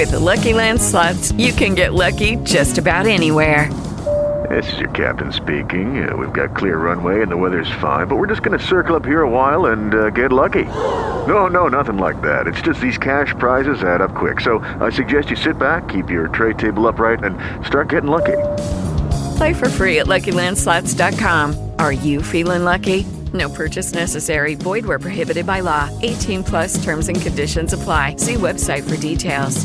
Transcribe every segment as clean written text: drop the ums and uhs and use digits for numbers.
With Lucky Land Slots, you can get lucky just about anywhere. This is your captain speaking. We've got clear runway and the weather's fine, but we're just going to circle up here a while and get lucky. No, nothing like that. It's just these cash prizes add up quick. So I suggest you sit back, keep your tray table upright, and start getting lucky. Play for free at LuckyLandSlots.com. Are you feeling lucky? No purchase necessary. Void where prohibited by law. 18 plus terms and conditions apply. See website for details.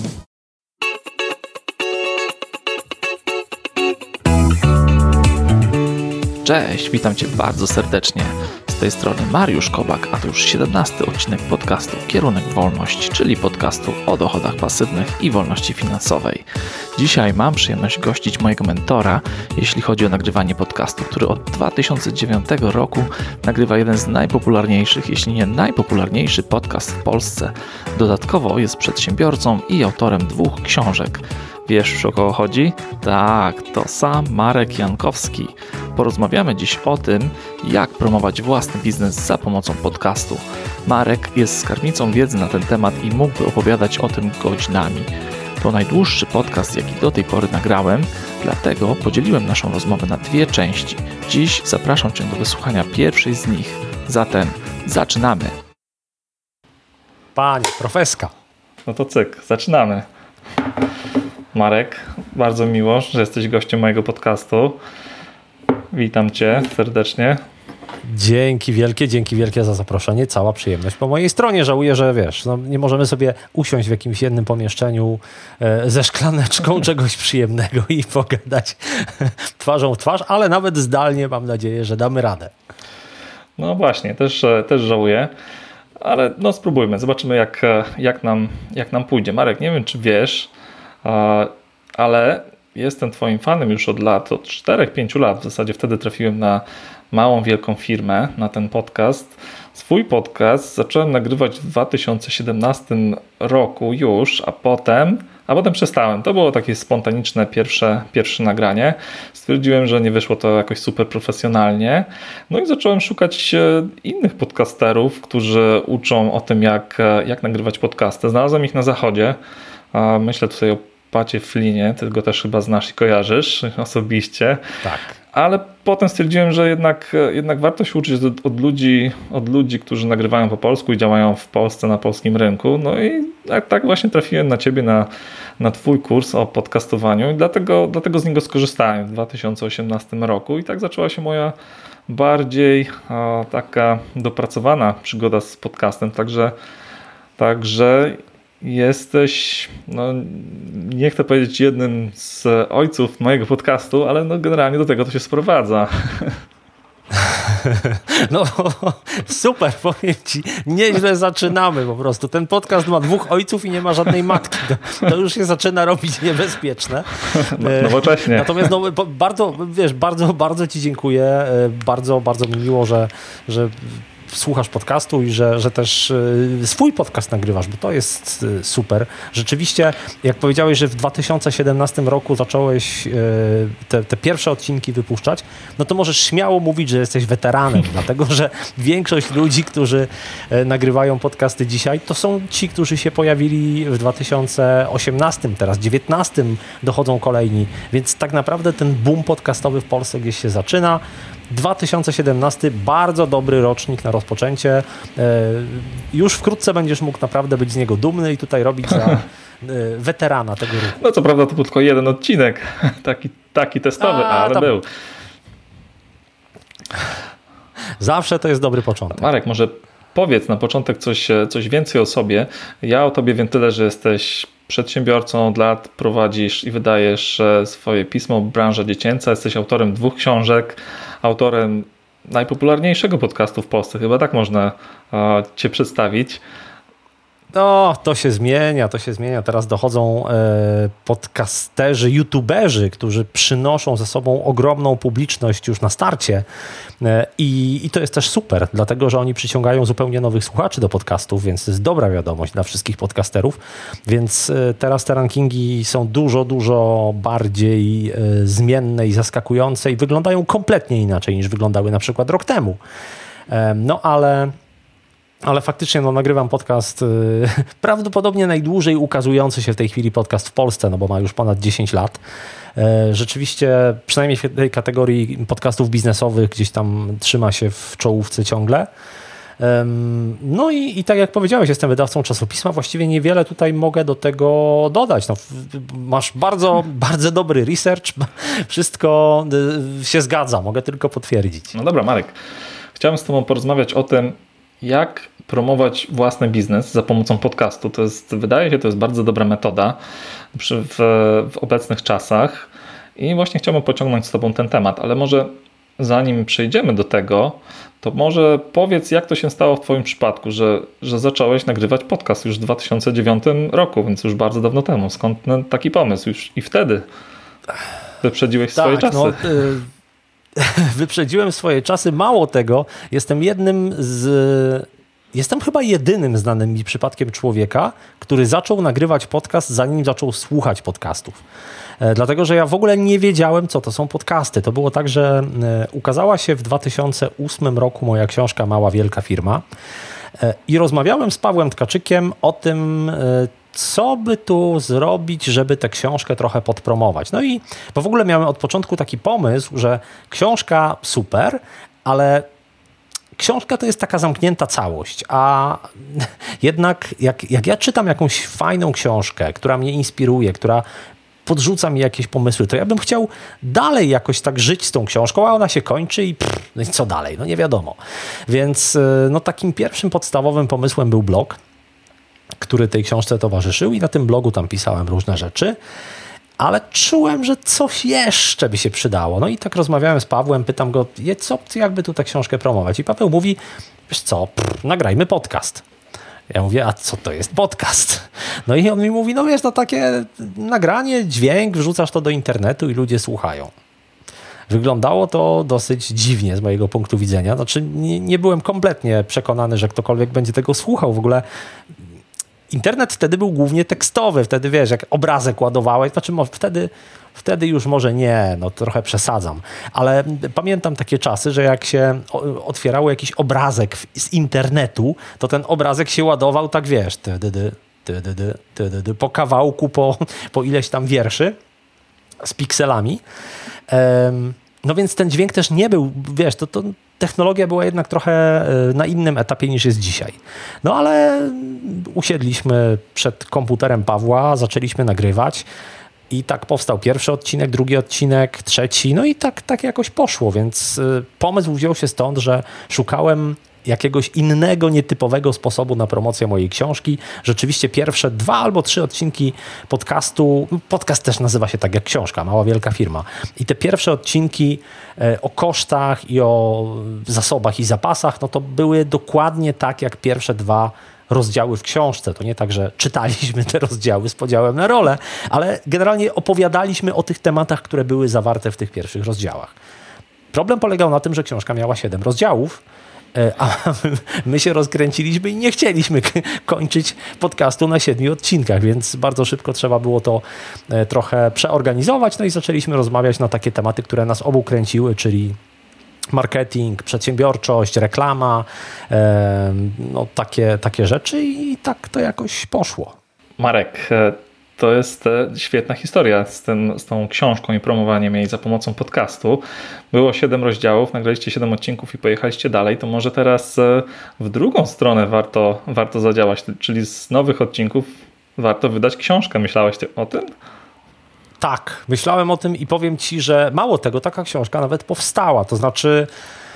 Cześć, witam Cię bardzo serdecznie. Z tej strony Mariusz Kobak, a to już 17 odcinek podcastu Kierunek Wolność, czyli podcastu o dochodach pasywnych i wolności finansowej. Dzisiaj mam przyjemność gościć mojego mentora, jeśli chodzi o nagrywanie podcastu, który od 2009 roku nagrywa jeden z najpopularniejszych, jeśli nie najpopularniejszy podcast w Polsce. Dodatkowo jest przedsiębiorcą i autorem 2 książek. Wiesz, o kogo chodzi? Tak, to sam Marek Jankowski. Porozmawiamy dziś o tym, jak promować własny biznes za pomocą podcastu. Marek jest skarbnicą wiedzy na ten temat i mógłby opowiadać o tym godzinami. To najdłuższy podcast, jaki do tej pory nagrałem, dlatego podzieliłem naszą rozmowę na 2 części. Dziś zapraszam Cię do wysłuchania pierwszej z nich. Zatem zaczynamy. Panie, profeska. No to cyk, zaczynamy. Marek, bardzo miło, że jesteś gościem mojego podcastu. Witam Cię serdecznie. Dzięki wielkie za zaproszenie. Cała przyjemność po mojej stronie. Żałuję, że wiesz, nie możemy sobie usiąść w jakimś jednym pomieszczeniu ze szklaneczką czegoś przyjemnego i pogadać twarzą w twarz, ale nawet zdalnie mam nadzieję, że damy radę. No właśnie, też żałuję, ale no spróbujmy, zobaczymy jak nam pójdzie. Marek, nie wiem czy wiesz, ale jestem Twoim fanem już od lat, od 4-5 lat. W zasadzie wtedy trafiłem na małą, wielką firmę, na ten podcast. Swój podcast zacząłem nagrywać w 2017 roku już, a potem przestałem. To było takie spontaniczne pierwsze nagranie. Stwierdziłem, że nie wyszło to jakoś super profesjonalnie. No i zacząłem szukać innych podcasterów, którzy uczą o tym, jak nagrywać podcasty. Znalazłem ich na zachodzie. Myślę tutaj o Pacie Flinie, ty go też chyba znasz i kojarzysz osobiście. Tak. Ale potem stwierdziłem, że jednak warto się uczyć od ludzi, którzy nagrywają po polsku i działają w Polsce na polskim rynku. No i tak właśnie trafiłem na Ciebie, na Twój kurs o podcastowaniu i dlatego z niego skorzystałem w 2018 roku i tak zaczęła się moja bardziej taka dopracowana przygoda z podcastem. Także jesteś, no nie chcę powiedzieć jednym z ojców mojego podcastu, ale no generalnie do tego to się sprowadza. No super, powiem Ci, nieźle zaczynamy po prostu. Ten podcast ma 2 ojców i nie ma żadnej matki. To już się zaczyna robić niebezpieczne. Nowocześnie. Natomiast no, bardzo Ci dziękuję. Bardzo mi miło, że słuchasz podcastu i że też swój podcast nagrywasz, bo to jest super. Rzeczywiście, jak powiedziałeś, że w 2017 roku zacząłeś te pierwsze odcinki wypuszczać, no to możesz śmiało mówić, że jesteś weteranem, dlatego że większość ludzi, którzy nagrywają podcasty dzisiaj, to są ci, którzy się pojawili w 2018, teraz 2019 dochodzą kolejni, więc tak naprawdę ten boom podcastowy w Polsce gdzieś się zaczyna. 2017, bardzo dobry rocznik na rozpoczęcie. Już wkrótce będziesz mógł naprawdę być z niego dumny i tutaj robić za weterana tego ruchu. No co prawda to był tylko jeden odcinek, taki testowy, ale był. Zawsze to jest dobry początek. Marek, może powiedz na początek coś więcej o sobie. Ja o Tobie wiem tyle, że jesteś przedsiębiorcą od lat, prowadzisz i wydajesz swoje pismo Branża Dziecięca, jesteś autorem 2 książek, autorem najpopularniejszego podcastu w Polsce, chyba tak można Cię przedstawić. No, to się zmienia. Teraz dochodzą podcasterzy, youtuberzy, którzy przynoszą ze sobą ogromną publiczność już na starcie i to jest też super, dlatego, że oni przyciągają zupełnie nowych słuchaczy do podcastów, więc to jest dobra wiadomość dla wszystkich podcasterów, więc teraz te rankingi są dużo bardziej zmienne i zaskakujące i wyglądają kompletnie inaczej niż wyglądały na przykład rok temu. No ale ale faktycznie nagrywam podcast, prawdopodobnie najdłużej ukazujący się w tej chwili podcast w Polsce, no bo ma już ponad 10 lat. Rzeczywiście, przynajmniej w tej kategorii podcastów biznesowych gdzieś tam trzyma się w czołówce ciągle. No i tak jak powiedziałeś, jestem wydawcą czasopisma, właściwie niewiele tutaj mogę do tego dodać. No, masz bardzo, bardzo dobry research, wszystko się zgadza, mogę tylko potwierdzić. No dobra, Marek, chciałem z Tobą porozmawiać o tym, jak promować własny biznes za pomocą podcastu. Wydaje się, to jest bardzo dobra metoda w obecnych czasach i właśnie chciałbym pociągnąć z Tobą ten temat, ale może zanim przejdziemy do tego, to może powiedz, jak to się stało w Twoim przypadku, że zacząłeś nagrywać podcast już w 2009 roku, więc już bardzo dawno temu. Skąd taki pomysł? Już i wtedy wyprzedziłeś swoje czasy. No, wyprzedziłem swoje czasy. Mało tego, jestem chyba jedynym znanym mi przypadkiem człowieka, który zaczął nagrywać podcast, zanim zaczął słuchać podcastów. Dlatego, że ja w ogóle nie wiedziałem, co to są podcasty. To było tak, że ukazała się w 2008 roku moja książka Mała Wielka Firma i rozmawiałem z Pawłem Tkaczykiem o tym, co by tu zrobić, żeby tę książkę trochę podpromować. No i bo w ogóle miałem od początku taki pomysł, że książka super, ale książka to jest taka zamknięta całość, a jednak jak ja czytam jakąś fajną książkę, która mnie inspiruje, która podrzuca mi jakieś pomysły, to ja bym chciał dalej jakoś tak żyć z tą książką, a ona się kończy i no i co dalej? No nie wiadomo. Więc no takim pierwszym podstawowym pomysłem był blog, który tej książce towarzyszył i na tym blogu tam pisałem różne rzeczy, ale czułem, że coś jeszcze by się przydało. No i tak rozmawiałem z Pawłem, pytam go, jakby tu tę książkę promować? I Paweł mówi, wiesz co, nagrajmy podcast. Ja mówię, a co to jest podcast? No i on mi mówi, no wiesz, to takie nagranie, dźwięk, wrzucasz to do internetu i ludzie słuchają. Wyglądało to dosyć dziwnie z mojego punktu widzenia. Znaczy nie byłem kompletnie przekonany, że ktokolwiek będzie tego słuchał. W ogóle internet wtedy był głównie tekstowy. Wtedy wiesz, jak obrazek ładowałeś, znaczy wtedy już może nie, no trochę przesadzam. Ale pamiętam takie czasy, że jak się otwierało jakiś obrazek z internetu, to ten obrazek się ładował tak wiesz, po kawałku, po ileś tam wierszy z pikselami. No więc ten dźwięk też nie był, wiesz, to technologia była jednak trochę na innym etapie niż jest dzisiaj. No ale usiedliśmy przed komputerem Pawła, zaczęliśmy nagrywać i tak powstał pierwszy odcinek, drugi odcinek, trzeci, no i tak jakoś poszło, więc pomysł wziął się stąd, że szukałem jakiegoś innego, nietypowego sposobu na promocję mojej książki. Rzeczywiście pierwsze 2 albo 3 odcinki podcastu, podcast też nazywa się tak jak książka, Mała Wielka Firma. I te pierwsze odcinki o kosztach i o zasobach i zapasach, no to były dokładnie tak jak pierwsze 2 rozdziały w książce. To nie tak, że czytaliśmy te rozdziały z podziałem na role, ale generalnie opowiadaliśmy o tych tematach, które były zawarte w tych pierwszych rozdziałach. Problem polegał na tym, że książka miała 7 rozdziałów, a my się rozkręciliśmy i nie chcieliśmy kończyć podcastu na 7 odcinkach, więc bardzo szybko trzeba było to trochę przeorganizować, no i zaczęliśmy rozmawiać na takie tematy, które nas obu kręciły, czyli marketing, przedsiębiorczość, reklama, no takie rzeczy i tak to jakoś poszło. Marek, to jest świetna historia z tą książką i promowaniem jej za pomocą podcastu. Było 7 rozdziałów, nagraliście 7 odcinków i pojechaliście dalej. To może teraz w drugą stronę warto zadziałać, czyli z nowych odcinków warto wydać książkę. Myślałeś o tym? Tak, myślałem o tym i powiem Ci, że mało tego, taka książka nawet powstała. To znaczy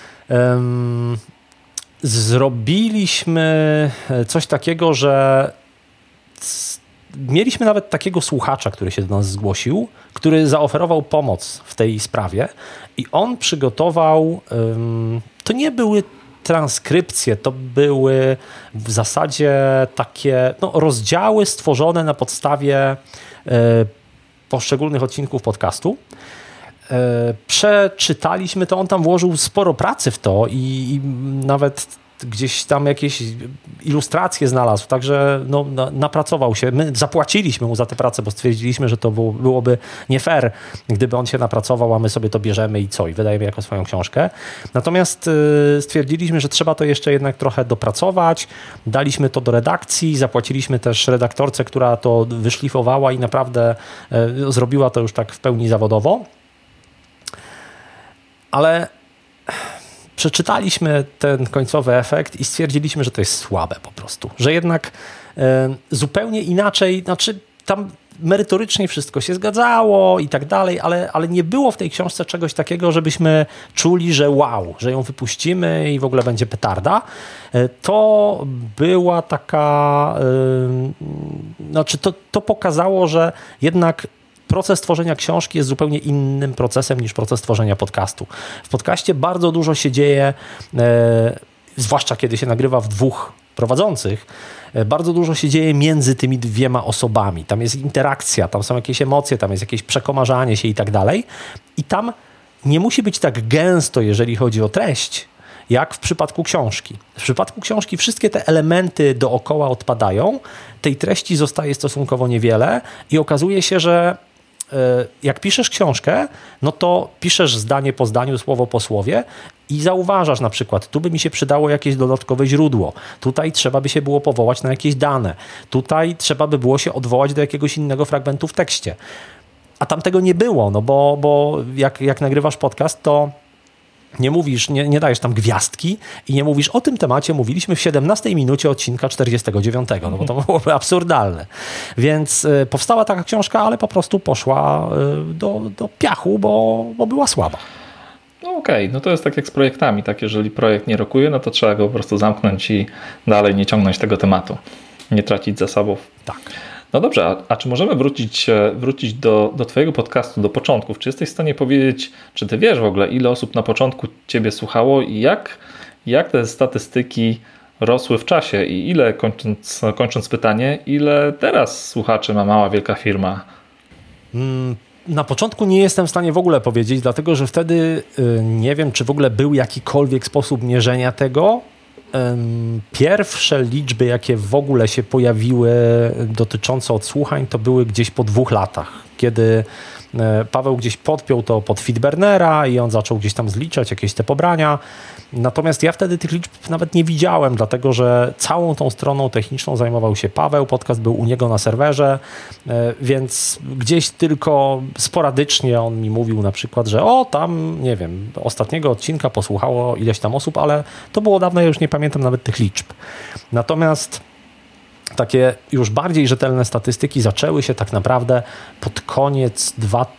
zrobiliśmy coś takiego, że mieliśmy nawet takiego słuchacza, który się do nas zgłosił, który zaoferował pomoc w tej sprawie i on przygotował, to nie były transkrypcje, to były w zasadzie takie rozdziały stworzone na podstawie poszczególnych odcinków podcastu. Przeczytaliśmy to, on tam włożył sporo pracy w to i nawet gdzieś tam jakieś ilustracje znalazł, także no, napracował się. My zapłaciliśmy mu za tę pracę, bo stwierdziliśmy, że to byłoby nie fair, gdyby on się napracował, a my sobie to bierzemy i wydajemy jako swoją książkę. Natomiast stwierdziliśmy, że trzeba to jeszcze jednak trochę dopracować. Daliśmy to do redakcji, zapłaciliśmy też redaktorce, która to wyszlifowała i naprawdę zrobiła to już tak w pełni zawodowo. Ale przeczytaliśmy ten końcowy efekt i stwierdziliśmy, że to jest słabe po prostu. Że jednak zupełnie inaczej, znaczy tam merytorycznie wszystko się zgadzało i tak dalej, ale nie było w tej książce czegoś takiego, żebyśmy czuli, że wow, że ją wypuścimy i w ogóle będzie petarda. To była taka, znaczy to pokazało, że jednak proces tworzenia książki jest zupełnie innym procesem niż proces tworzenia podcastu. W podcaście bardzo dużo się dzieje, zwłaszcza kiedy się nagrywa w dwóch prowadzących, bardzo dużo się dzieje między tymi dwiema osobami. Tam jest interakcja, tam są jakieś emocje, tam jest jakieś przekomarzanie się i tak dalej. I tam nie musi być tak gęsto, jeżeli chodzi o treść, jak w przypadku książki. W przypadku książki wszystkie te elementy dookoła odpadają, tej treści zostaje stosunkowo niewiele i okazuje się, że jak piszesz książkę, no to piszesz zdanie po zdaniu, słowo po słowie i zauważasz na przykład, tu by mi się przydało jakieś dodatkowe źródło, tutaj trzeba by się było powołać na jakieś dane, tutaj trzeba by było się odwołać do jakiegoś innego fragmentu w tekście. A tam tego nie było, no bo jak nagrywasz podcast, to nie mówisz, nie dajesz tam gwiazdki i nie mówisz, o tym temacie mówiliśmy w 17 minucie odcinka 49, no bo to byłoby absurdalne. Więc powstała taka książka, ale po prostu poszła do piachu, bo była słaba. No okej, no to jest tak jak z projektami, tak jeżeli projekt nie rokuje, no to trzeba go po prostu zamknąć i dalej nie ciągnąć tego tematu, nie tracić zasobów. Tak. No dobrze, a czy możemy wrócić do twojego podcastu, do początków? Czy jesteś w stanie powiedzieć, czy ty wiesz w ogóle, ile osób na początku ciebie słuchało i jak te statystyki rosły w czasie i ile, kończąc pytanie, ile teraz słuchaczy ma mała, wielka firma? Na początku nie jestem w stanie w ogóle powiedzieć, dlatego że wtedy nie wiem, czy w ogóle był jakikolwiek sposób mierzenia tego. Pierwsze liczby, jakie w ogóle się pojawiły dotyczące odsłuchań, to były gdzieś po 2 latach, kiedy Paweł gdzieś podpiął to pod Feedburnera i on zaczął gdzieś tam zliczać jakieś te pobrania. Natomiast ja wtedy tych liczb nawet nie widziałem, dlatego że całą tą stroną techniczną zajmował się Paweł, podcast był u niego na serwerze, więc gdzieś tylko sporadycznie on mi mówił na przykład, że tam, nie wiem, ostatniego odcinka posłuchało ileś tam osób, ale to było dawno, ja już nie pamiętam nawet tych liczb. Natomiast takie już bardziej rzetelne statystyki zaczęły się tak naprawdę pod koniec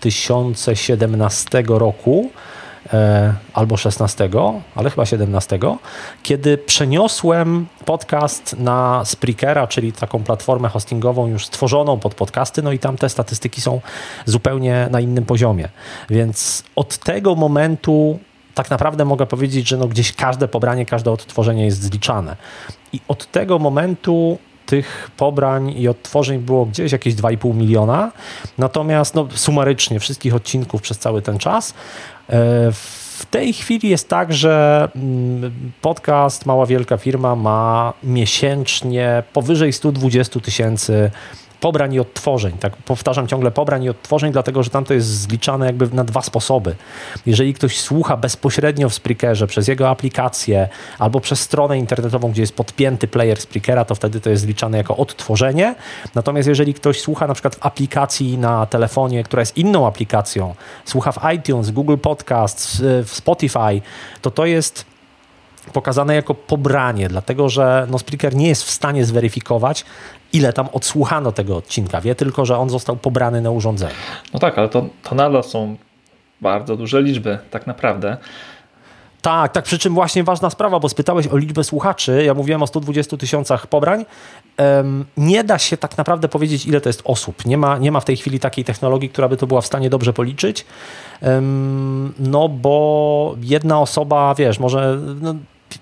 2017 roku, albo 16, ale chyba 17, kiedy przeniosłem podcast na Spreakera, czyli taką platformę hostingową już stworzoną pod podcasty, no i tam te statystyki są zupełnie na innym poziomie. Więc od tego momentu tak naprawdę mogę powiedzieć, że gdzieś każde pobranie, każde odtworzenie jest zliczane. I od tego momentu tych pobrań i odtworzeń było gdzieś jakieś 2,5 miliona. Natomiast sumarycznie wszystkich odcinków przez cały ten czas. W tej chwili jest tak, że podcast Mała Wielka Firma ma miesięcznie powyżej 120 000 pobrań i odtworzeń. Tak powtarzam ciągle pobrań i odtworzeń, dlatego że tam to jest zliczane jakby na 2 sposoby. Jeżeli ktoś słucha bezpośrednio w Spreakerze przez jego aplikację albo przez stronę internetową, gdzie jest podpięty player Spreakera, to wtedy to jest zliczane jako odtworzenie. Natomiast jeżeli ktoś słucha na przykład w aplikacji na telefonie, która jest inną aplikacją, słucha w iTunes, Google Podcasts, w Spotify, to jest pokazane jako pobranie, dlatego że Spreaker nie jest w stanie zweryfikować, ile tam odsłuchano tego odcinka. Wie tylko, że on został pobrany na urządzeniu. No tak, ale to nadal są bardzo duże liczby, tak naprawdę. Tak, przy czym właśnie ważna sprawa, bo spytałeś o liczbę słuchaczy, ja mówiłem o 120 000 pobrań. Nie da się tak naprawdę powiedzieć, ile to jest osób. Nie ma w tej chwili takiej technologii, która by to była w stanie dobrze policzyć, bo jedna osoba, może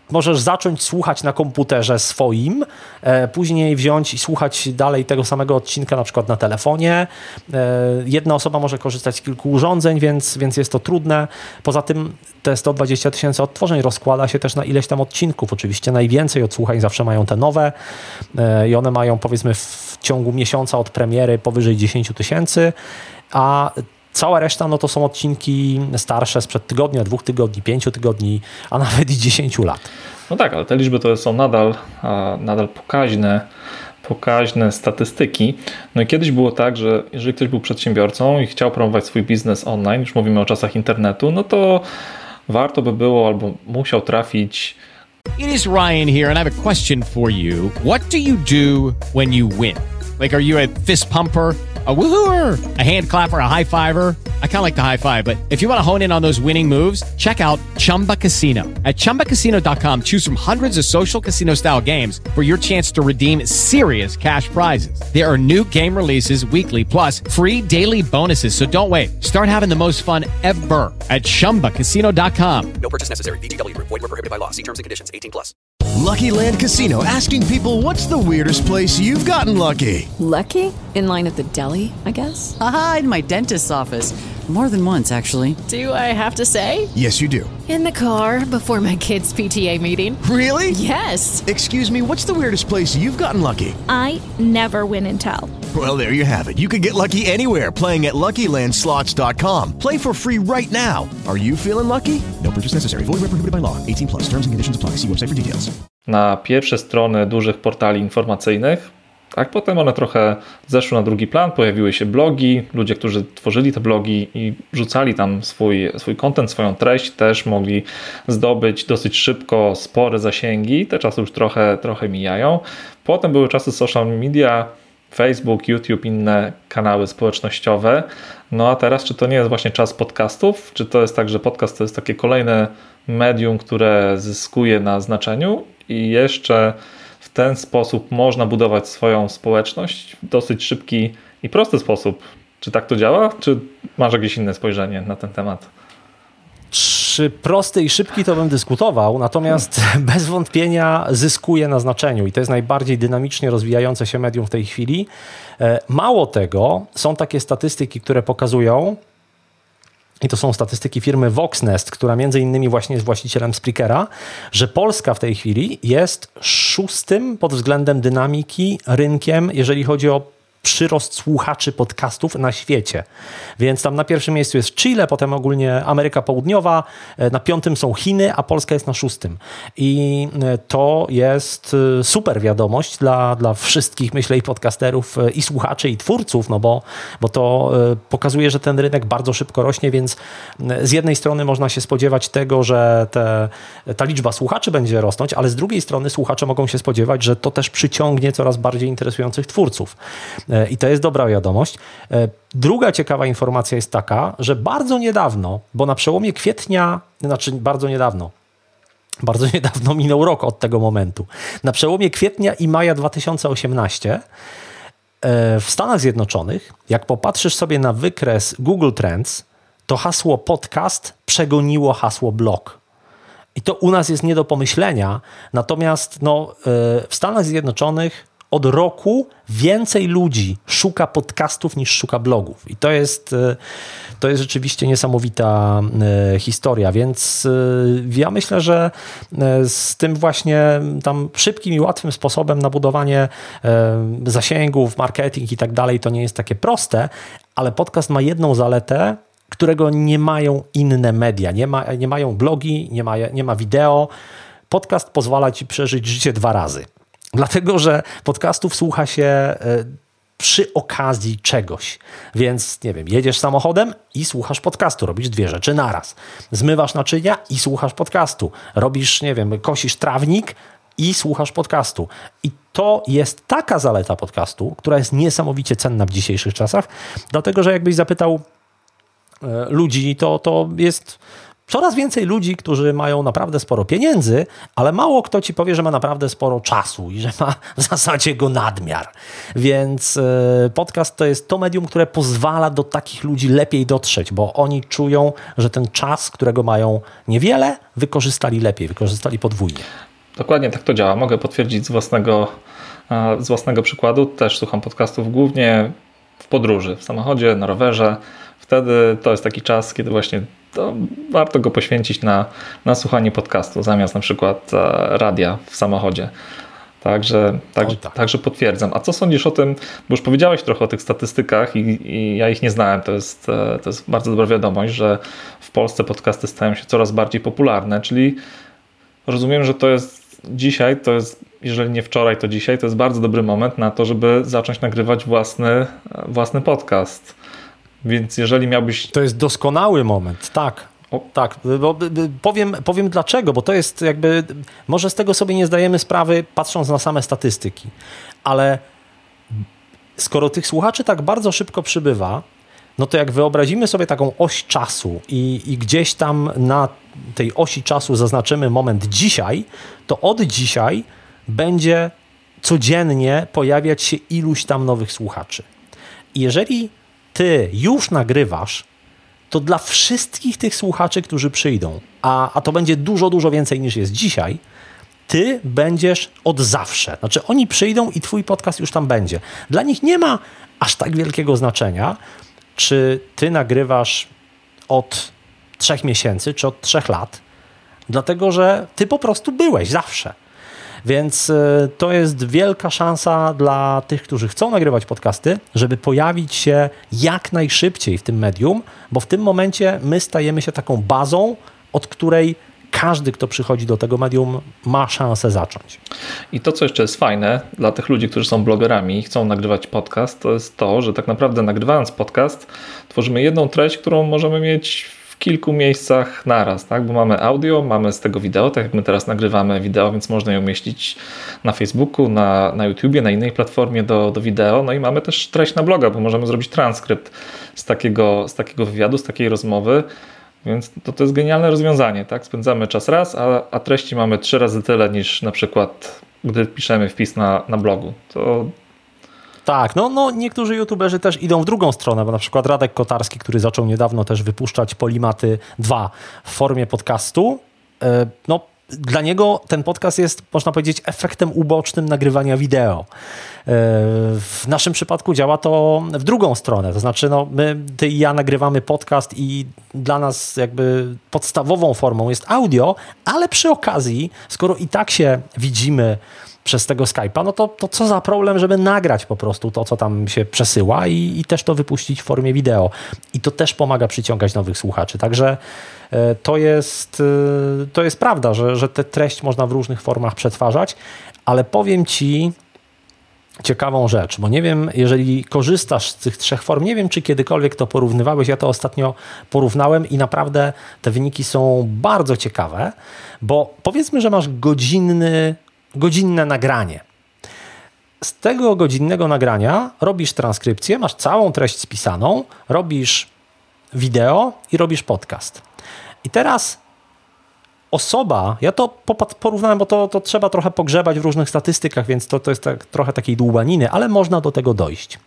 możesz zacząć słuchać na komputerze swoim, później wziąć i słuchać dalej tego samego odcinka na przykład na telefonie. Jedna osoba może korzystać z kilku urządzeń, więc jest to trudne. Poza tym te 120 000 odtworzeń rozkłada się też na ileś tam odcinków. Oczywiście najwięcej odsłuchań zawsze mają te nowe i one mają powiedzmy w ciągu miesiąca od premiery powyżej 10 000, a cała reszta to są odcinki starsze sprzed tygodnia, 2 tygodni, 5 tygodni, a nawet i 10 lat. No tak, ale te liczby to są nadal pokaźne statystyki. No i kiedyś było tak, że jeżeli ktoś był przedsiębiorcą i chciał promować swój biznes online, już mówimy o czasach internetu, no to warto by było albo musiał trafić. It is Ryan here, and I have a question for you. What do you do when you win? Like, are you a fist pumper, a woohooer, a hand clapper, a high fiver? I kind of like the high five, but if you want to hone in on those winning moves, check out Chumba Casino. At ChumbaCasino.com, choose from hundreds of social casino-style games for your chance to redeem serious cash prizes. There are new game releases weekly, plus free daily bonuses, so don't wait. Start having the most fun ever at ChumbaCasino.com. No purchase necessary. VGW Group. Void where prohibited by law. See terms and conditions. 18+. Lucky Land Casino, asking people, what's the weirdest place you've gotten lucky? Lucky? In line at the deli, I guess? Aha, in my dentist's office. More than once, actually. Do I have to say? Yes, you do. In the car before my kids' PTA meeting. Really? Yes. Excuse me, what's the weirdest place you've gotten lucky? I never win and tell. Well, there you have it. You can get lucky anywhere, playing at LuckyLandSlots.com. Play for free right now. Are you feeling lucky? No purchase necessary. Void where prohibited by law. 18+. Terms and conditions apply. See website for details. Na pierwsze strony dużych portali informacyjnych, tak, potem one trochę zeszły na drugi plan, pojawiły się blogi, ludzie, którzy tworzyli te blogi i rzucali tam swój content, swoją treść, też mogli zdobyć dosyć szybko spore zasięgi. Te czasy już trochę mijają. Potem były czasy social media, Facebook, YouTube, inne kanały społecznościowe. No a teraz, czy to nie jest właśnie czas podcastów? Czy to jest tak, że podcast to jest takie kolejne medium, które zyskuje na znaczeniu i jeszcze w ten sposób można budować swoją społeczność w dosyć szybki i prosty sposób? Czy tak to działa? Czy masz jakieś inne spojrzenie na ten temat? Czy prosty i szybki, to bym dyskutował, natomiast bez wątpienia zyskuje na znaczeniu i to jest najbardziej dynamicznie rozwijające się medium w tej chwili. Mało tego, są takie statystyki, które pokazują, i to są statystyki firmy Voxnest, która między innymi właśnie jest właścicielem Spreakera, że Polska w tej chwili jest 6. pod względem dynamiki rynkiem, jeżeli chodzi o przyrost słuchaczy podcastów na świecie. Więc tam na pierwszym miejscu jest Chile, potem ogólnie Ameryka Południowa, na 5. są Chiny, a Polska jest na 6. I to jest super wiadomość dla wszystkich, myślę, i podcasterów, i słuchaczy, i twórców, no bo to pokazuje, że ten rynek bardzo szybko rośnie, więc z jednej strony można się spodziewać tego, że ta liczba słuchaczy będzie rosnąć, ale z drugiej strony słuchacze mogą się spodziewać, że to też przyciągnie coraz bardziej interesujących twórców. I to jest dobra wiadomość. Druga ciekawa informacja jest taka, że bardzo niedawno, bo na przełomie kwietnia, bardzo niedawno minął rok od tego momentu, na przełomie kwietnia i maja 2018 w Stanach Zjednoczonych, jak popatrzysz sobie na wykres Google Trends, to hasło podcast przegoniło hasło blog. I to u nas jest nie do pomyślenia, natomiast w Stanach Zjednoczonych od roku więcej ludzi szuka podcastów niż szuka blogów. I to jest rzeczywiście niesamowita historia, więc ja myślę, że z tym właśnie tam szybkim i łatwym sposobem na budowanie zasięgów, marketing i tak dalej, to nie jest takie proste, ale podcast ma jedną zaletę, którego nie mają inne media. Nie mają blogi, nie ma wideo. Podcast pozwala ci przeżyć życie 2 razy. Dlatego, że podcastów słucha się przy okazji czegoś. Więc, nie wiem, jedziesz samochodem i słuchasz podcastu, robisz 2 rzeczy naraz. Zmywasz naczynia i słuchasz podcastu. Robisz, nie wiem, kosisz trawnik i słuchasz podcastu. I to jest taka zaleta podcastu, która jest niesamowicie cenna w dzisiejszych czasach, dlatego, że jakbyś zapytał ludzi, to jest coraz więcej ludzi, którzy mają naprawdę sporo pieniędzy, ale mało kto ci powie, że ma naprawdę sporo czasu i że ma w zasadzie go nadmiar. Więc podcast to jest to medium, które pozwala do takich ludzi lepiej dotrzeć, bo oni czują, że ten czas, którego mają niewiele, wykorzystali lepiej, wykorzystali podwójnie. Dokładnie tak to działa. Mogę potwierdzić z własnego przykładu. Też słucham podcastów głównie w podróży, w samochodzie, na rowerze. Wtedy to jest taki czas, kiedy właśnie warto go poświęcić na słuchanie podcastu, zamiast na przykład radia w samochodzie. Także potwierdzam. A co sądzisz o tym, bo już powiedziałeś trochę o tych statystykach i ja ich nie znałem, to jest bardzo dobra wiadomość, że w Polsce podcasty stają się coraz bardziej popularne, czyli rozumiem, że dzisiaj, jeżeli nie wczoraj, to dzisiaj, to jest bardzo dobry moment na to, żeby zacząć nagrywać własny podcast. Więc jeżeli miałbyś... To jest doskonały moment, tak. Tak, bo powiem dlaczego, bo to jest jakby, może z tego sobie nie zdajemy sprawy, patrząc na same statystyki, ale skoro tych słuchaczy tak bardzo szybko przybywa, no to jak wyobrazimy sobie taką oś czasu i gdzieś tam na tej osi czasu zaznaczymy moment dzisiaj, to od dzisiaj będzie codziennie pojawiać się iluś tam nowych słuchaczy. I jeżeli ty już nagrywasz, to dla wszystkich tych słuchaczy, którzy przyjdą, a to będzie dużo, dużo więcej niż jest dzisiaj, ty będziesz od zawsze. Znaczy oni przyjdą i twój podcast już tam będzie. Dla nich nie ma aż tak wielkiego znaczenia, czy ty nagrywasz od 3 miesięcy, czy od 3 lat, dlatego że ty po prostu byłeś zawsze. Więc to jest wielka szansa dla tych, którzy chcą nagrywać podcasty, żeby pojawić się jak najszybciej w tym medium, bo w tym momencie my stajemy się taką bazą, od której każdy, kto przychodzi do tego medium, ma szansę zacząć. I to, co jeszcze jest fajne dla tych ludzi, którzy są blogerami i chcą nagrywać podcast, to jest to, że tak naprawdę nagrywając podcast, tworzymy jedną treść, którą możemy mieć w kilku miejscach naraz, tak? Bo mamy audio, mamy z tego wideo, tak jak my teraz nagrywamy wideo, więc można je umieścić na Facebooku, na YouTubie, na innej platformie do wideo, no i mamy też treść na bloga, bo możemy zrobić transkrypt z takiego wywiadu, z takiej rozmowy, więc to jest genialne rozwiązanie, tak? Spędzamy czas raz, a treści mamy 3 razy tyle niż na przykład, gdy piszemy wpis na blogu. Tak, no niektórzy youtuberzy też idą w drugą stronę, bo na przykład Radek Kotarski, który zaczął niedawno też wypuszczać Polimaty 2 w formie podcastu, no dla niego ten podcast jest, można powiedzieć, efektem ubocznym nagrywania wideo. W naszym przypadku działa to w drugą stronę, to znaczy ty i ja nagrywamy podcast i dla nas jakby podstawową formą jest audio, ale przy okazji, skoro i tak się widzimy przez tego Skype'a, no to co za problem, żeby nagrać po prostu to, co tam się przesyła i też to wypuścić w formie wideo. I to też pomaga przyciągać nowych słuchaczy. Także to jest prawda, że tę treść można w różnych formach przetwarzać, ale powiem ci ciekawą rzecz, bo nie wiem, jeżeli korzystasz z tych 3 form, nie wiem, czy kiedykolwiek to porównywałeś, ja to ostatnio porównałem i naprawdę te wyniki są bardzo ciekawe, bo powiedzmy, że masz godzinne nagranie. Z tego godzinnego nagrania robisz transkrypcję, masz całą treść spisaną, robisz wideo i robisz podcast. I teraz osoba, ja to porównałem, bo to trzeba trochę pogrzebać w różnych statystykach, więc to jest trochę takiej dłubaniny, ale można do tego dojść.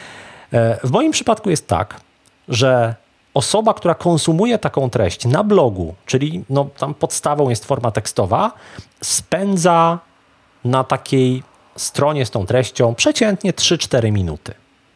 W moim przypadku jest tak, że osoba, która konsumuje taką treść na blogu, czyli tam podstawą jest forma tekstowa, spędza na takiej stronie z tą treścią przeciętnie 3-4 minuty.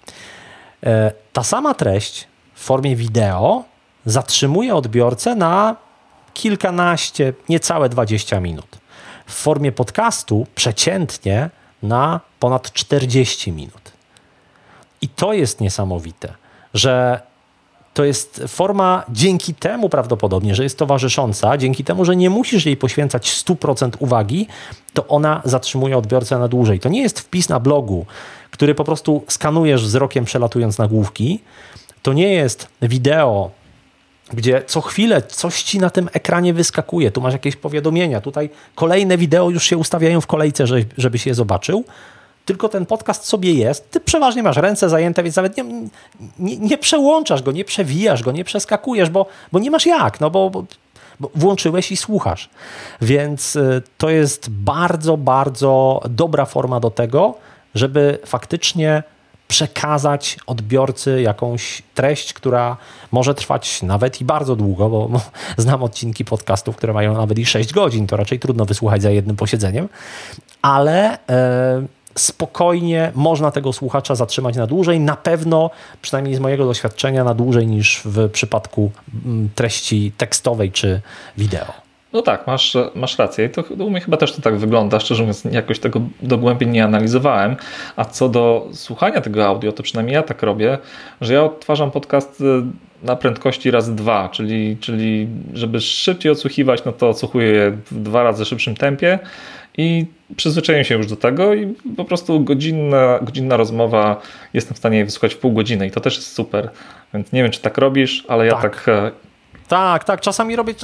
Ta sama treść w formie wideo zatrzymuje odbiorcę na kilkanaście, niecałe 20 minut. W formie podcastu przeciętnie na ponad 40 minut. I to jest niesamowite, że to jest forma dzięki temu prawdopodobnie, że jest towarzysząca, dzięki temu, że nie musisz jej poświęcać 100% uwagi, to ona zatrzymuje odbiorcę na dłużej. To nie jest wpis na blogu, który po prostu skanujesz wzrokiem przelatując nagłówki. To nie jest wideo, gdzie co chwilę coś ci na tym ekranie wyskakuje. Tu masz jakieś powiadomienia, tutaj kolejne wideo już się ustawiają w kolejce, żebyś je zobaczył. Tylko ten podcast sobie jest, ty przeważnie masz ręce zajęte, więc nawet nie przełączasz go, nie przewijasz go, nie przeskakujesz, bo nie masz jak, bo bo włączyłeś i słuchasz. Więc to jest bardzo, bardzo dobra forma do tego, żeby faktycznie przekazać odbiorcy jakąś treść, która może trwać nawet i bardzo długo, bo znam odcinki podcastów, które mają nawet i 6 godzin, to raczej trudno wysłuchać za jednym posiedzeniem, ale spokojnie można tego słuchacza zatrzymać na dłużej, na pewno, przynajmniej z mojego doświadczenia, na dłużej niż w przypadku treści tekstowej czy wideo. No tak, masz rację. I to u mnie chyba też to tak wygląda. Szczerze mówiąc, jakoś tego dogłębnie nie analizowałem. A co do słuchania tego audio, to przynajmniej ja tak robię, że ja odtwarzam podcast na prędkości razy 2, czyli żeby szybciej odsłuchiwać, no to odsłuchuję je w 2 razy szybszym tempie i przyzwyczaiłem się już do tego i po prostu godzinna rozmowa jestem w stanie wysłuchać w pół godziny i to też jest super. Więc nie wiem, czy tak robisz, ale ja tak... Tak, czasami robię,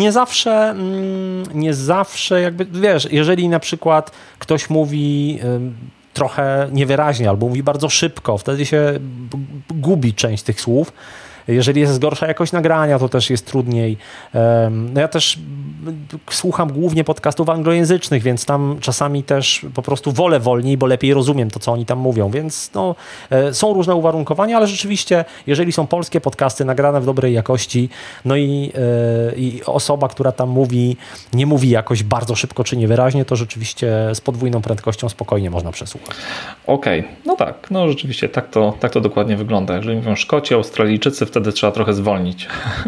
nie zawsze jakby, wiesz, jeżeli na przykład ktoś mówi trochę niewyraźnie albo mówi bardzo szybko, wtedy się gubi część tych słów. Jeżeli jest gorsza jakość nagrania, to też jest trudniej. Ja też słucham głównie podcastów anglojęzycznych, więc tam czasami też po prostu wolę wolniej, bo lepiej rozumiem to, co oni tam mówią, więc no, są różne uwarunkowania, ale rzeczywiście, jeżeli są polskie podcasty nagrane w dobrej jakości, no i osoba, która tam mówi, nie mówi jakoś bardzo szybko czy niewyraźnie, to rzeczywiście z podwójną prędkością spokojnie można przesłuchać. Okej, no tak, no rzeczywiście tak to dokładnie wygląda. Jeżeli mówią Szkoci, Australijczycy, wtedy trzeba trochę zwolnić.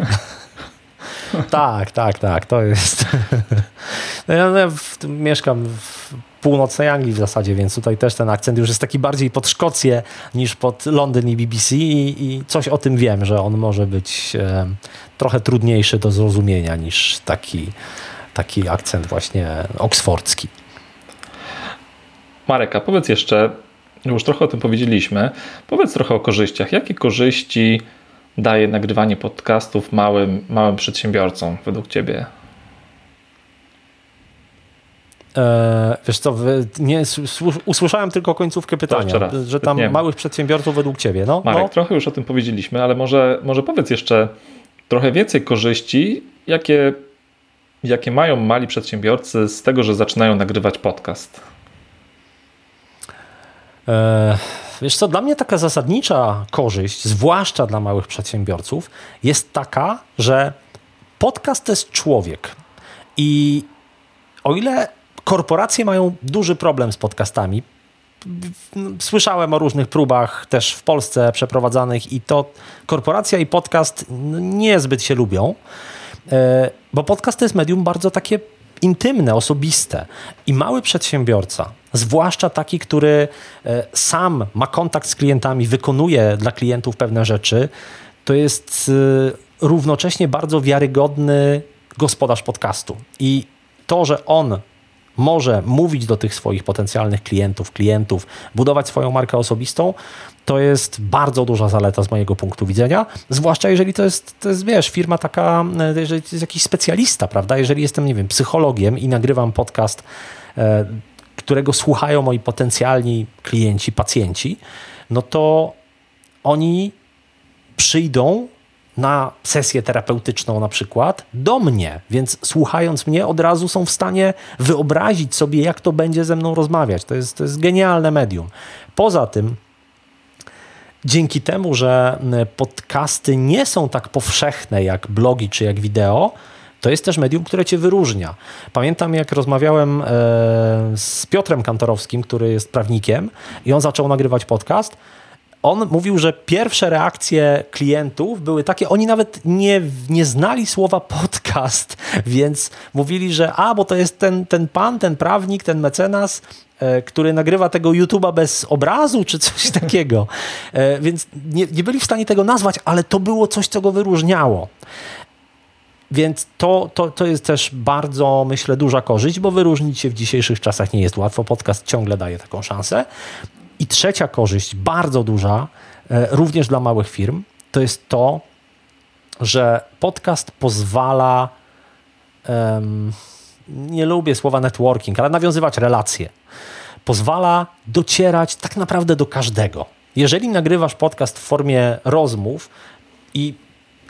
Tak, to jest... Ja mieszkam w północnej Anglii w zasadzie, więc tutaj też ten akcent już jest taki bardziej pod Szkocję niż pod Londyn i BBC i coś o tym wiem, że on może być trochę trudniejszy do zrozumienia niż taki akcent właśnie oksfordzki. Marek, a powiedz jeszcze, już trochę o tym powiedzieliśmy, powiedz trochę o korzyściach. Jakie korzyści daje nagrywanie podcastów małym przedsiębiorcom według Ciebie? Wiesz co, usłyszałem tylko końcówkę pytania, że tam małych przedsiębiorców według Ciebie. No, Marek, trochę już o tym powiedzieliśmy, ale może powiedz jeszcze trochę więcej korzyści, jakie mają mali przedsiębiorcy z tego, że zaczynają nagrywać podcast? Wiesz co, dla mnie taka zasadnicza korzyść, zwłaszcza dla małych przedsiębiorców, jest taka, że podcast to jest człowiek. I o ile korporacje mają duży problem z podcastami, słyszałem o różnych próbach też w Polsce przeprowadzanych i to korporacja i podcast niezbyt się lubią, bo podcast to jest medium bardzo takie intymne, osobiste i mały przedsiębiorca, zwłaszcza taki, który sam ma kontakt z klientami, wykonuje dla klientów pewne rzeczy, to jest równocześnie bardzo wiarygodny gospodarz podcastu. I to, że on może mówić do tych swoich potencjalnych klientów, budować swoją markę osobistą, to jest bardzo duża zaleta z mojego punktu widzenia, zwłaszcza jeżeli to jest wiesz, firma taka, jeżeli to jest jakiś specjalista, prawda? Jeżeli jestem, nie wiem, psychologiem i nagrywam podcast, którego słuchają moi potencjalni klienci, pacjenci, no to oni przyjdą na sesję terapeutyczną na przykład do mnie, więc słuchając mnie od razu są w stanie wyobrazić sobie, jak to będzie ze mną rozmawiać. To jest genialne medium. Poza tym, dzięki temu, że podcasty nie są tak powszechne jak blogi czy jak wideo, to jest też medium, które cię wyróżnia. Pamiętam, jak rozmawiałem z Piotrem Kantorowskim, który jest prawnikiem i on zaczął nagrywać podcast. On mówił, że pierwsze reakcje klientów były takie, oni nawet nie znali słowa podcast, więc mówili, że bo to jest ten pan, ten prawnik, ten mecenas, który nagrywa tego YouTube'a bez obrazu, czy coś takiego. Więc nie byli w stanie tego nazwać, ale to było coś, co go wyróżniało. Więc to jest też bardzo, myślę, duża korzyść, bo wyróżnić się w dzisiejszych czasach nie jest łatwo. Podcast ciągle daje taką szansę. I trzecia korzyść, bardzo duża, również dla małych firm, to jest to, że podcast pozwala, nie lubię słowa networking, ale nawiązywać relacje. Pozwala docierać tak naprawdę do każdego. Jeżeli nagrywasz podcast w formie rozmów i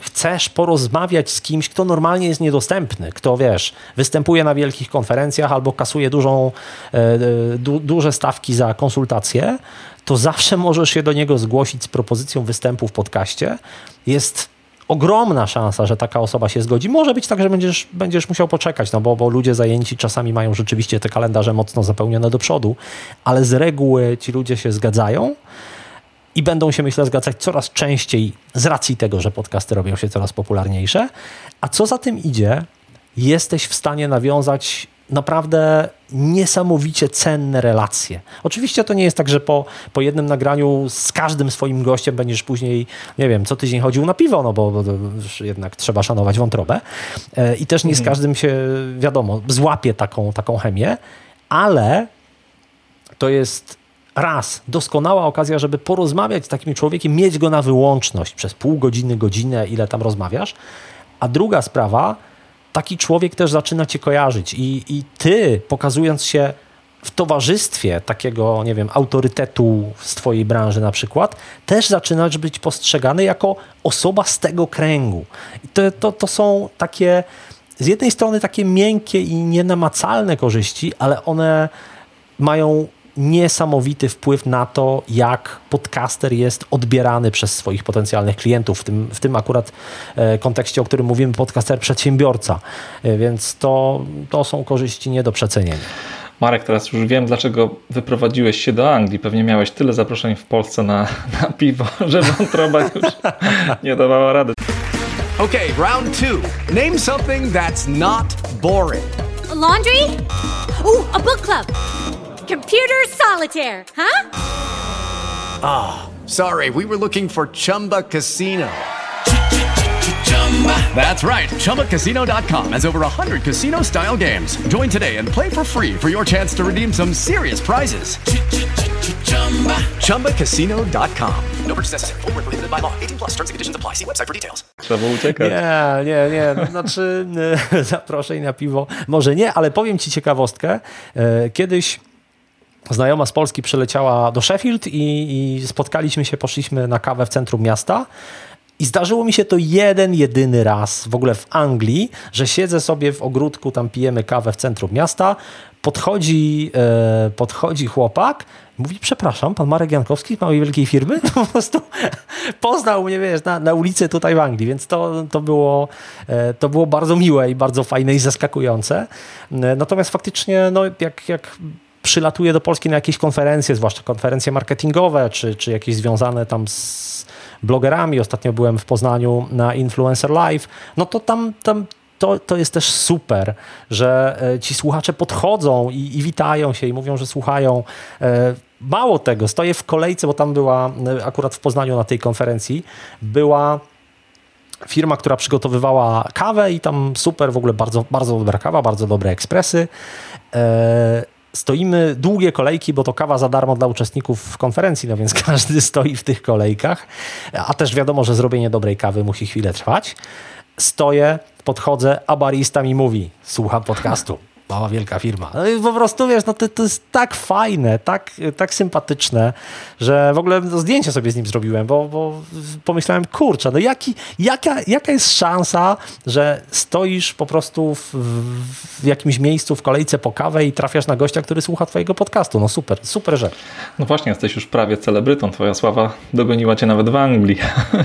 chcesz porozmawiać z kimś, kto normalnie jest niedostępny, kto, wiesz, występuje na wielkich konferencjach albo kasuje duże stawki za konsultacje, to zawsze możesz się do niego zgłosić z propozycją występu w podcaście. Jest ogromna szansa, że taka osoba się zgodzi. Może być tak, że będziesz musiał poczekać, no bo ludzie zajęci czasami mają rzeczywiście te kalendarze mocno zapełnione do przodu, ale z reguły ci ludzie się zgadzają i będą się, myślę, zgadzać coraz częściej z racji tego, że podcasty robią się coraz popularniejsze. A co za tym idzie, jesteś w stanie nawiązać naprawdę niesamowicie cenne relacje. Oczywiście to nie jest tak, że po jednym nagraniu z każdym swoim gościem będziesz później, nie wiem, co tydzień chodził na piwo, no bo jednak trzeba szanować wątrobę. I też nie z każdym się, wiadomo, złapie taką chemię, ale to jest doskonała okazja, żeby porozmawiać z takim człowiekiem, mieć go na wyłączność przez pół godziny, godzinę, ile tam rozmawiasz. A druga sprawa, taki człowiek też zaczyna cię kojarzyć i ty, pokazując się w towarzystwie takiego, nie wiem, autorytetu z twojej branży na przykład, też zaczynasz być postrzegany jako osoba z tego kręgu. I to są takie, z jednej strony takie miękkie i nienamacalne korzyści, ale one mają niesamowity wpływ na to, jak podcaster jest odbierany przez swoich potencjalnych klientów. W tym akurat kontekście, o którym mówimy, podcaster przedsiębiorca. Więc to są korzyści nie do przecenienia. Marek, teraz już wiem, dlaczego wyprowadziłeś się do Anglii. Pewnie miałeś tyle zaproszeń w Polsce na piwo, że wątroba już nie dawała rady. Okay, round 2. Name something that's not boring. A laundry? Ooh, a book club. Computer solitaire, huh? Ah, sorry, we were looking for Chumba Casino. That's right, ChumbaCasino.com has over 100 casino-style games. Join today and play for free for your chance to redeem some serious prizes. ChumbaCasino.com. No purchase necessary. Void where prohibited by law. 18 plus. Terms and conditions apply. See website for details. Trzeba uciekać. Nie. No, znaczy zaproszeń na piwo może nie, ale powiem ci ciekawostkę. Kiedyś znajoma z Polski przyleciała do Sheffield i spotkaliśmy się, poszliśmy na kawę w centrum miasta. I zdarzyło mi się to jedyny raz w ogóle w Anglii, że siedzę sobie w ogródku, tam pijemy kawę w centrum miasta, podchodzi chłopak, mówi: przepraszam, pan Marek Jankowski z małej wielkiej firmy? Po prostu poznał mnie, wiesz, na ulicy tutaj w Anglii, więc to było bardzo miłe i bardzo fajne i zaskakujące. Natomiast faktycznie, no jak przylatuję do Polski na jakieś konferencje, zwłaszcza konferencje marketingowe, czy jakieś związane tam z blogerami. Ostatnio byłem w Poznaniu na Influencer Live. No to tam to jest też super, że ci słuchacze podchodzą i witają się i mówią, że słuchają. Mało tego, stoję w kolejce, bo tam była, akurat w Poznaniu na tej konferencji, była firma, która przygotowywała kawę i tam super, w ogóle bardzo, bardzo dobra kawa, bardzo dobre ekspresy. Stoimy długie kolejki, bo to kawa za darmo dla uczestników konferencji, no więc każdy stoi w tych kolejkach, a też wiadomo, że zrobienie dobrej kawy musi chwilę trwać. Stoję, podchodzę, a barista mi mówi: słucham podcastu. Mała wielka firma. No i po prostu, wiesz, no to jest tak fajne, tak sympatyczne, że w ogóle zdjęcie sobie z nim zrobiłem, bo pomyślałem, kurczę, no jaka jest szansa, że stoisz po prostu w jakimś miejscu w kolejce po kawę i trafiasz na gościa, który słucha twojego podcastu. No super rzecz. No właśnie, jesteś już prawie celebrytą. Twoja sława dogoniła cię nawet w Anglii.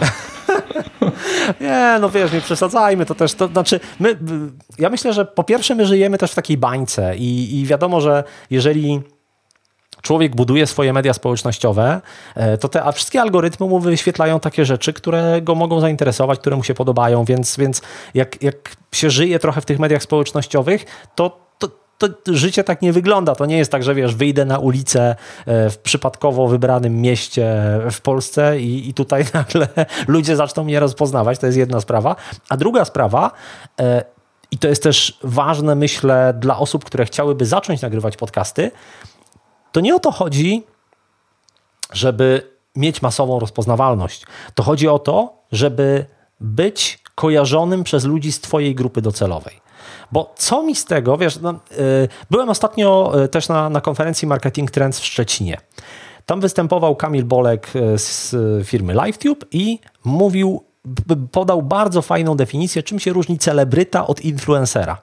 Nie, no wiesz, nie przesadzajmy, to znaczy ja myślę, że po pierwsze my żyjemy też w takiej bańce i wiadomo, że jeżeli człowiek buduje swoje media społecznościowe, a wszystkie algorytmy mu wyświetlają takie rzeczy, które go mogą zainteresować, które mu się podobają, więc jak się żyje trochę w tych mediach społecznościowych, to życie tak nie wygląda. To nie jest tak, że wiesz, wyjdę na ulicę w przypadkowo wybranym mieście w Polsce i tutaj nagle ludzie zaczną mnie rozpoznawać. To jest jedna sprawa. A druga sprawa, i to jest też ważne, myślę, dla osób, które chciałyby zacząć nagrywać podcasty, to nie o to chodzi, żeby mieć masową rozpoznawalność. To chodzi o to, żeby być kojarzonym przez ludzi z twojej grupy docelowej. Bo co mi z tego, wiesz, byłem ostatnio też na konferencji Marketing Trends w Szczecinie. Tam występował Kamil Bolek z firmy LiveTube i mówił podał bardzo fajną definicję, czym się różni celebryta od influencera.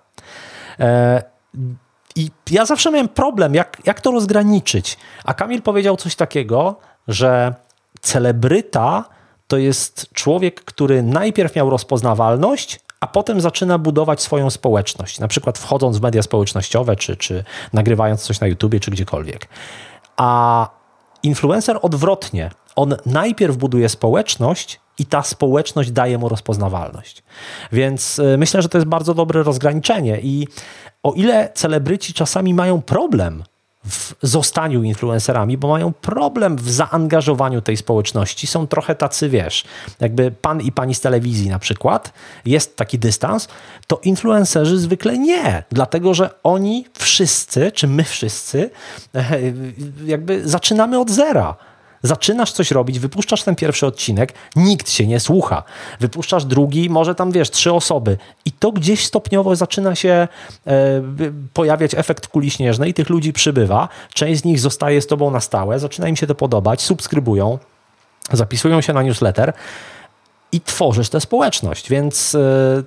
I ja zawsze miałem problem, jak to rozgraniczyć. A Kamil powiedział coś takiego, że celebryta to jest człowiek, który najpierw miał rozpoznawalność, a potem zaczyna budować swoją społeczność. Na przykład wchodząc w media społecznościowe, czy nagrywając coś na YouTubie, czy gdziekolwiek. A influencer odwrotnie. On najpierw buduje społeczność i ta społeczność daje mu rozpoznawalność. Więc myślę, że to jest bardzo dobre rozgraniczenie. I o ile celebryci czasami mają problem w zostaniu influencerami, bo mają problem w zaangażowaniu tej społeczności. Są trochę tacy, wiesz, jakby pan i pani z telewizji na przykład, jest taki dystans, to influencerzy zwykle nie, dlatego że oni wszyscy, czy my wszyscy, jakby zaczynamy od zera. Zaczynasz coś robić, wypuszczasz ten pierwszy odcinek, nikt się nie słucha. Wypuszczasz drugi, może tam, wiesz, 3 osoby. I to gdzieś stopniowo zaczyna się pojawiać efekt kuli śnieżnej. Tych ludzi przybywa. Część z nich zostaje z tobą na stałe. Zaczyna im się to podobać, subskrybują, zapisują się na newsletter i tworzysz tę społeczność. Więc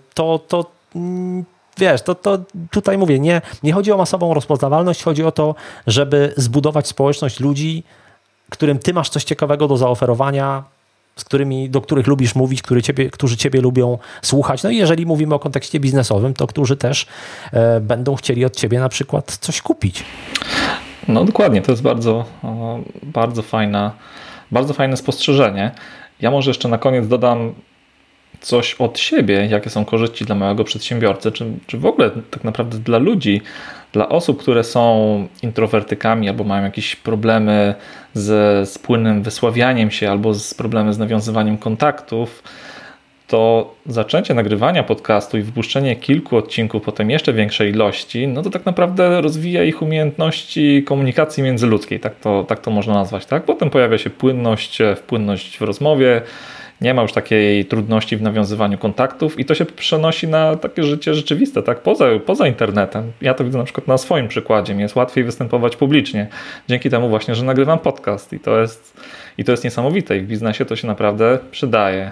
wiesz, to tutaj mówię, nie chodzi o masową rozpoznawalność, chodzi o to, żeby zbudować społeczność ludzi, którym ty masz coś ciekawego do zaoferowania, do których lubisz mówić, którzy ciebie lubią słuchać. No i jeżeli mówimy o kontekście biznesowym, to którzy też będą chcieli od ciebie na przykład coś kupić. No dokładnie, to jest bardzo fajne spostrzeżenie. Ja może jeszcze na koniec dodam coś od siebie, jakie są korzyści dla małego przedsiębiorcy, czy w ogóle tak naprawdę dla ludzi, dla osób, które są introwertykami albo mają jakieś problemy z płynnym wysławianiem się albo problemy z nawiązywaniem kontaktów, to zaczęcie nagrywania podcastu i wypuszczenie kilku odcinków, potem jeszcze większej ilości, no to tak naprawdę rozwija ich umiejętności komunikacji międzyludzkiej, tak to można nazwać. Tak? Potem pojawia się płynność w rozmowie, nie ma już takiej trudności w nawiązywaniu kontaktów i to się przenosi na takie życie rzeczywiste, tak? Poza internetem. Ja to widzę na przykład na swoim przykładzie. Mi jest łatwiej występować publicznie. Dzięki temu właśnie, że nagrywam podcast i to jest niesamowite i w biznesie to się naprawdę przydaje.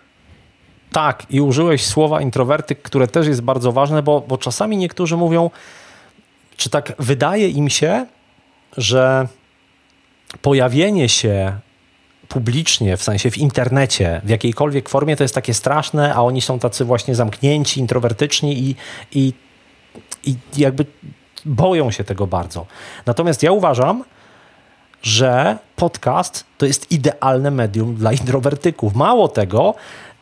Tak, i użyłeś słowa introwertyk, które też jest bardzo ważne, bo czasami niektórzy mówią, czy tak wydaje im się, że pojawienie się publicznie, w sensie w internecie, w jakiejkolwiek formie, to jest takie straszne, a oni są tacy właśnie zamknięci, introwertyczni i jakby boją się tego bardzo. Natomiast ja uważam, że podcast to jest idealne medium dla introwertyków. Mało tego,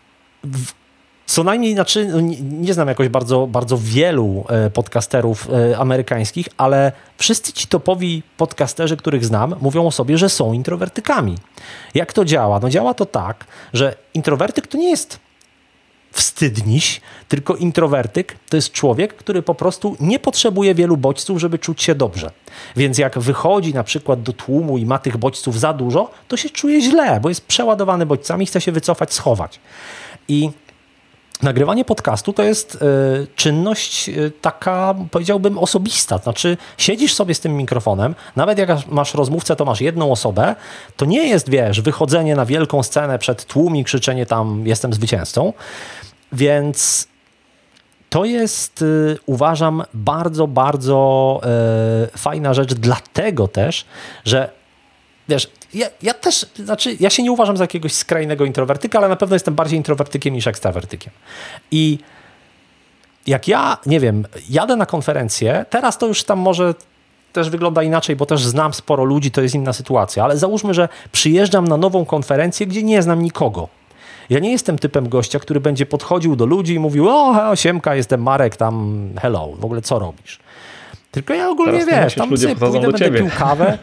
co najmniej, nie znam jakoś bardzo, bardzo wielu podcasterów amerykańskich, ale wszyscy ci topowi podcasterzy, których znam, mówią o sobie, że są introwertykami. Jak to działa? No działa to tak, że introwertyk to nie jest wstydniś, tylko introwertyk to jest człowiek, który po prostu nie potrzebuje wielu bodźców, żeby czuć się dobrze. Więc jak wychodzi na przykład do tłumu i ma tych bodźców za dużo, to się czuje źle, bo jest przeładowany bodźcami, chce się wycofać, schować. I nagrywanie podcastu to jest czynność taka, powiedziałbym, osobista. Znaczy siedzisz sobie z tym mikrofonem, nawet jak masz rozmówcę, to masz jedną osobę, to nie jest, wiesz, wychodzenie na wielką scenę przed tłum i krzyczenie tam jestem zwycięzcą. Więc to jest, uważam, bardzo, bardzo fajna rzecz, dlatego też, że wiesz, ja też, ja się nie uważam za jakiegoś skrajnego introwertyka, ale na pewno jestem bardziej introwertykiem niż ekstrawertykiem. I jak ja, nie wiem, jadę na konferencję, teraz to już tam może też wygląda inaczej, bo też znam sporo ludzi, to jest inna sytuacja, ale załóżmy, że przyjeżdżam na nową konferencję, gdzie nie znam nikogo. Ja nie jestem typem gościa, który będzie podchodził do ludzi i mówił, o, siemka, jestem Marek, tam hello, w ogóle co robisz? Tylko ja ogólnie, wiesz, tam sobie pójdę, będę pił kawę.